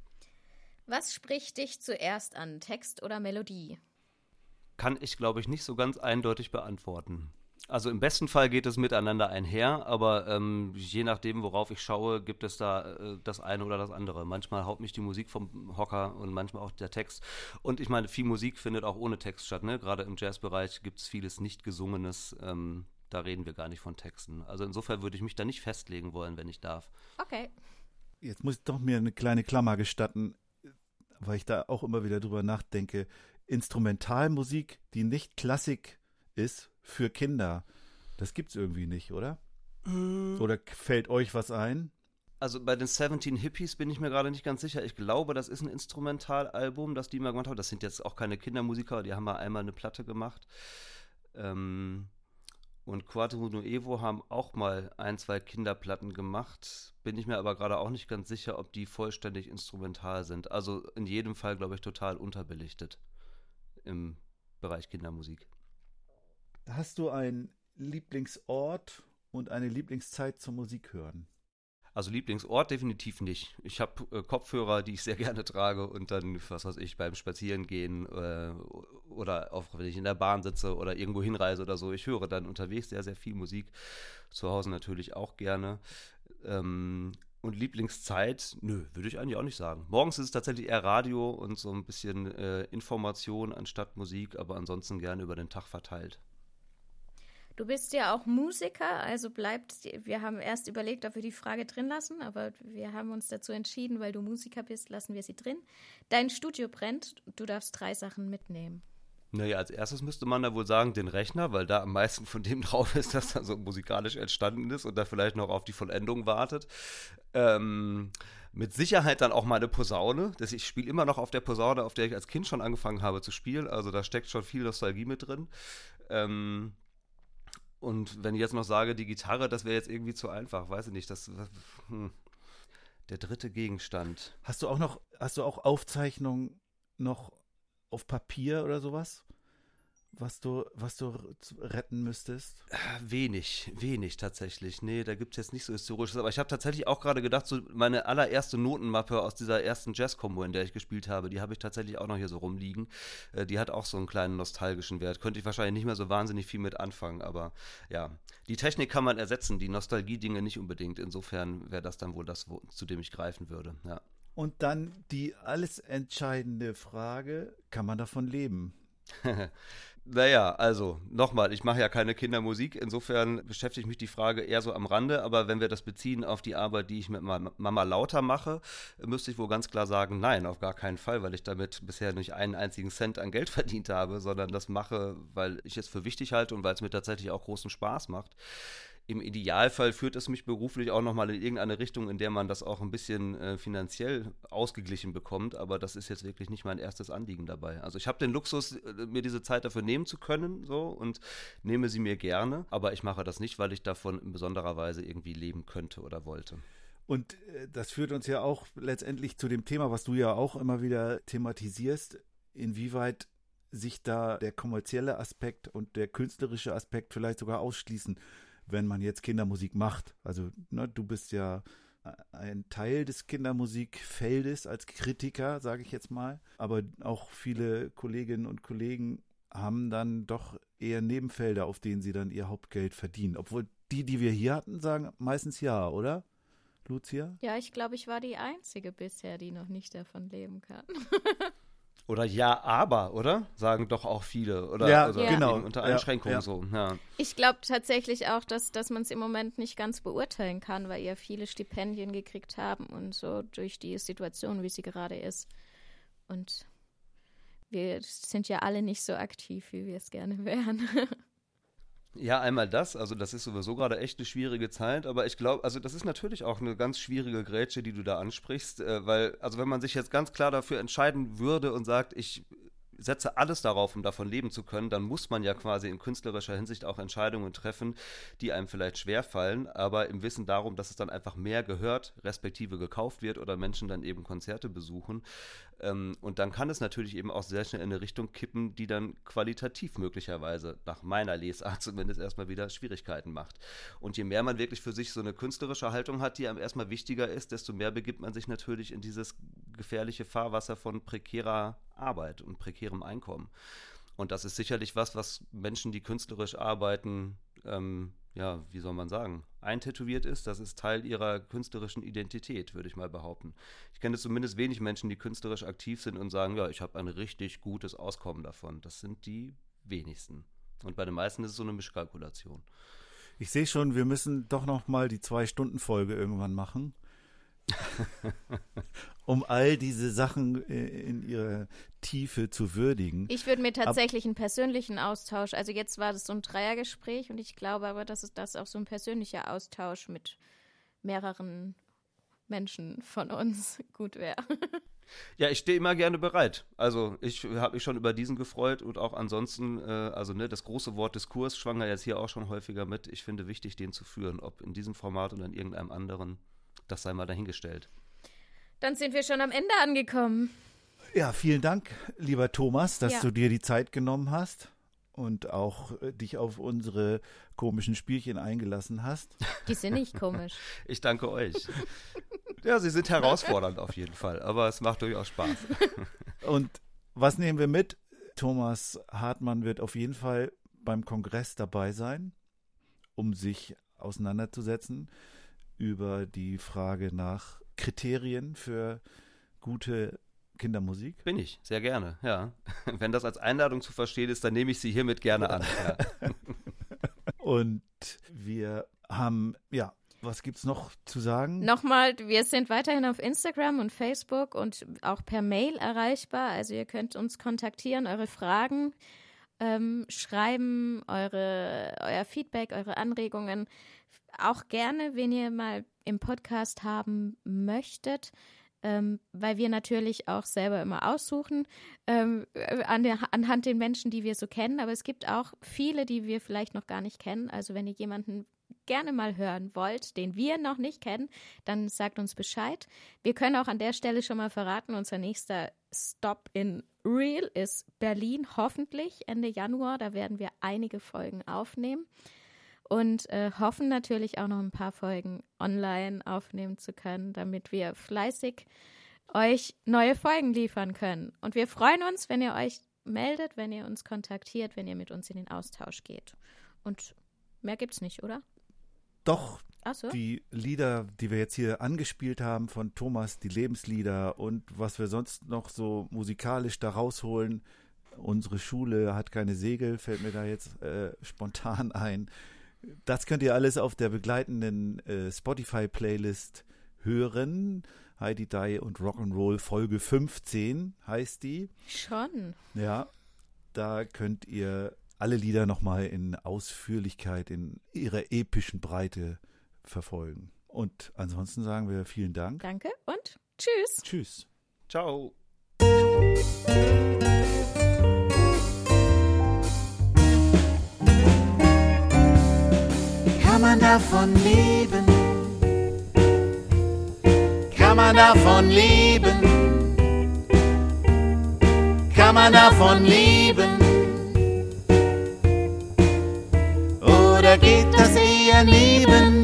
Was spricht dich zuerst an, Text oder Melodie? Kann ich, glaube ich, nicht so ganz eindeutig beantworten. Also im besten Fall geht es miteinander einher, aber ähm, je nachdem, worauf ich schaue, gibt es da äh, das eine oder das andere. Manchmal haut mich die Musik vom Hocker und manchmal auch der Text. Und ich meine, viel Musik findet auch ohne Text statt, ne? Gerade im Jazzbereich gibt es vieles Nicht-Gesungenes. Ähm, da reden wir gar nicht von Texten. Also insofern würde ich mich da nicht festlegen wollen, wenn ich darf. Okay. Jetzt muss ich doch mir eine kleine Klammer gestatten, weil ich da auch immer wieder drüber nachdenke. Instrumentalmusik, die nicht Klassik ist für Kinder, das gibt's irgendwie nicht, oder? Mm. Oder fällt euch was ein? Also bei den siebzehn Hippies bin ich mir gerade nicht ganz sicher. Ich glaube, das ist ein Instrumentalalbum, das die mal gemacht haben. Das sind jetzt auch keine Kindermusiker, die haben mal einmal eine Platte gemacht. Ähm, und Quattro Nuevo haben auch mal ein, zwei Kinderplatten gemacht. Bin ich mir aber gerade auch nicht ganz sicher, ob die vollständig instrumental sind. Also in jedem Fall, glaube ich, total unterbelichtet im Bereich Kindermusik. Hast du einen Lieblingsort und eine Lieblingszeit zum Musik hören? Also Lieblingsort definitiv nicht. Ich habe äh, Kopfhörer, die ich sehr gerne trage und dann, was weiß ich, beim Spazierengehen äh, oder auch wenn ich in der Bahn sitze oder irgendwo hinreise oder so. Ich höre dann unterwegs sehr, sehr viel Musik. Zu Hause natürlich auch gerne. Ähm, und Lieblingszeit, nö, würde ich eigentlich auch nicht sagen. Morgens ist es tatsächlich eher Radio und so ein bisschen äh, Information anstatt Musik, aber ansonsten gerne über den Tag verteilt. Du bist ja auch Musiker, also bleibt, wir haben erst überlegt, ob wir die Frage drin lassen, aber wir haben uns dazu entschieden, weil du Musiker bist, lassen wir sie drin. Dein Studio brennt, du darfst drei Sachen mitnehmen. Naja, als erstes müsste man da wohl sagen, den Rechner, weil da am meisten von dem drauf ist, dass da so musikalisch entstanden ist und da vielleicht noch auf die Vollendung wartet. Ähm, mit Sicherheit dann auch meine Posaune. Das, ich spiele immer noch auf der Posaune, auf der ich als Kind schon angefangen habe zu spielen, also da steckt schon viel Nostalgie mit drin. Ähm, Und wenn ich jetzt noch sage, die Gitarre, das wäre jetzt irgendwie zu einfach, weiß ich nicht. Das, hm, der dritte Gegenstand. Hast du auch noch, hast du auch Aufzeichnungen noch auf Papier oder sowas, was du, was du retten müsstest? Wenig, wenig tatsächlich. Nee, da gibt es jetzt nicht so Historisches. Aber ich habe tatsächlich auch gerade gedacht, so meine allererste Notenmappe aus dieser ersten Jazz-Combo, in der ich gespielt habe, die habe ich tatsächlich auch noch hier so rumliegen. Äh, die hat auch so einen kleinen nostalgischen Wert. Könnte ich wahrscheinlich nicht mehr so wahnsinnig viel mit anfangen. Aber ja, die Technik kann man ersetzen, die Nostalgie-Dinge nicht unbedingt. Insofern wäre das dann wohl das, wo, zu dem ich greifen würde, ja. Und dann die alles entscheidende Frage, kann man davon leben? Naja, also nochmal, ich mache ja keine Kindermusik, insofern beschäftigt mich die Frage eher so am Rande, aber wenn wir das beziehen auf die Arbeit, die ich mit Mama Lauter mache, müsste ich wohl ganz klar sagen, nein, auf gar keinen Fall, weil ich damit bisher nicht einen einzigen Cent an Geld verdient habe, sondern das mache, weil ich es für wichtig halte und weil es mir tatsächlich auch großen Spaß macht. Im Idealfall führt es mich beruflich auch nochmal in irgendeine Richtung, in der man das auch ein bisschen äh, finanziell ausgeglichen bekommt, aber das ist jetzt wirklich nicht mein erstes Anliegen dabei. Also ich habe den Luxus, äh, mir diese Zeit dafür nehmen zu können, so, und nehme sie mir gerne, aber ich mache das nicht, weil ich davon in besonderer Weise irgendwie leben könnte oder wollte. Und äh, das führt uns ja auch letztendlich zu dem Thema, was du ja auch immer wieder thematisierst, inwieweit sich da der kommerzielle Aspekt und der künstlerische Aspekt vielleicht sogar ausschließen, wenn man jetzt Kindermusik macht. Also ne, du bist ja ein Teil des Kindermusikfeldes als Kritiker, sage ich jetzt mal. Aber auch viele Kolleginnen und Kollegen haben dann doch eher Nebenfelder, auf denen sie dann ihr Hauptgeld verdienen. Obwohl die, die wir hier hatten, sagen meistens ja, oder? Lucia? Ja, ich glaube, ich war die Einzige bisher, die noch nicht davon leben kann. Oder ja, aber, oder? Sagen doch auch viele. Oder, ja, also ja. genau. Unter Einschränkungen ja, ja. so. Ja. Ich glaube tatsächlich auch, dass, dass man es im Moment nicht ganz beurteilen kann, weil ihr viele Stipendien gekriegt haben und so durch die Situation, wie sie gerade ist. Und wir sind ja alle nicht so aktiv, wie wir es gerne wären. Ja, einmal das, also das ist sowieso gerade echt eine schwierige Zeit, aber ich glaube, also das ist natürlich auch eine ganz schwierige Grätsche, die du da ansprichst, äh, weil, also wenn man sich jetzt ganz klar dafür entscheiden würde und sagt, ich setze alles darauf, um davon leben zu können, dann muss man ja quasi in künstlerischer Hinsicht auch Entscheidungen treffen, die einem vielleicht schwerfallen, aber im Wissen darum, dass es dann einfach mehr gehört, respektive gekauft wird oder Menschen dann eben Konzerte besuchen. Ähm, und dann kann es natürlich eben auch sehr schnell in eine Richtung kippen, die dann qualitativ möglicherweise, nach meiner Lesart zumindest, erstmal wieder Schwierigkeiten macht. Und je mehr man wirklich für sich so eine künstlerische Haltung hat, die einem erstmal wichtiger ist, desto mehr begibt man sich natürlich in dieses gefährliche Fahrwasser von prekärer Arbeit und prekärem Einkommen. Und das ist sicherlich was, was Menschen, die künstlerisch arbeiten, ähm, ja, wie soll man sagen, eintätowiert ist. Das ist Teil ihrer künstlerischen Identität, würde ich mal behaupten. Ich kenne zumindest wenig Menschen, die künstlerisch aktiv sind und sagen, ja, ich habe ein richtig gutes Auskommen davon. Das sind die wenigsten. Und bei den meisten ist es so eine Mischkalkulation. Ich sehe schon, wir müssen doch noch mal die Zwei-Stunden-Folge irgendwann machen. Um all diese Sachen in ihrer Tiefe zu würdigen. Ich würde mir tatsächlich Ab- einen persönlichen Austausch, also jetzt war das so ein Dreiergespräch und ich glaube aber, dass es das auch so ein persönlicher Austausch mit mehreren Menschen von uns gut wäre. Ja, ich stehe immer gerne bereit. Also ich habe mich schon über diesen gefreut und auch ansonsten, äh, also ne, das große Wort Diskurs schwang ja jetzt hier auch schon häufiger mit. Ich finde wichtig, den zu führen, ob in diesem Format oder in irgendeinem anderen. Das sei mal dahingestellt. Dann sind wir schon am Ende angekommen. Ja, vielen Dank, lieber Thomas, dass Ja. du dir die Zeit genommen hast und auch äh, dich auf unsere komischen Spielchen eingelassen hast. Die sind nicht komisch. Ich danke euch. Ja, sie sind herausfordernd auf jeden Fall, aber es macht durchaus Spaß. Und was nehmen wir mit? Thomas Hartmann wird auf jeden Fall beim Kongress dabei sein, um sich auseinanderzusetzen über die Frage nach Kriterien für gute Kindermusik. Bin ich, sehr gerne, ja. Wenn das als Einladung zu verstehen ist, dann nehme ich sie hiermit gerne an. Ja. Und wir haben, ja, was gibt's noch zu sagen? Nochmal, wir sind weiterhin auf Instagram und Facebook und auch per Mail erreichbar. Also ihr könnt uns kontaktieren, eure Fragen ähm, schreiben, eure, euer Feedback, eure Anregungen. Auch gerne, wenn ihr mal im Podcast haben möchtet, ähm, weil wir natürlich auch selber immer aussuchen, ähm, an der, anhand den Menschen, die wir so kennen. Aber es gibt auch viele, die wir vielleicht noch gar nicht kennen. Also wenn ihr jemanden gerne mal hören wollt, den wir noch nicht kennen, dann sagt uns Bescheid. Wir können auch an der Stelle schon mal verraten, unser nächster Stop in Real ist Berlin, hoffentlich Ende Januar. Da werden wir einige Folgen aufnehmen. Und äh, hoffen natürlich auch noch ein paar Folgen online aufnehmen zu können, damit wir fleißig euch neue Folgen liefern können. Und wir freuen uns, wenn ihr euch meldet, wenn ihr uns kontaktiert, wenn ihr mit uns in den Austausch geht. Und mehr gibt's nicht, oder? Doch, Ach so. die Lieder, die wir jetzt hier angespielt haben von Thomas, die Lebenslieder und was wir sonst noch so musikalisch da rausholen. Unsere Schule hat keine Segel, fällt mir da jetzt äh, spontan ein. Das könnt ihr alles auf der begleitenden äh, Spotify-Playlist hören. Heidi Die und Rock'n'Roll Folge fünfzehn heißt die. Schon. Ja, da könnt ihr alle Lieder nochmal in Ausführlichkeit, in ihrer epischen Breite verfolgen. Und ansonsten sagen wir vielen Dank. Danke und tschüss. Tschüss. Ciao. Kann man davon leben? Kann man davon leben? Kann man davon leben? Oder geht das eher nebenbei?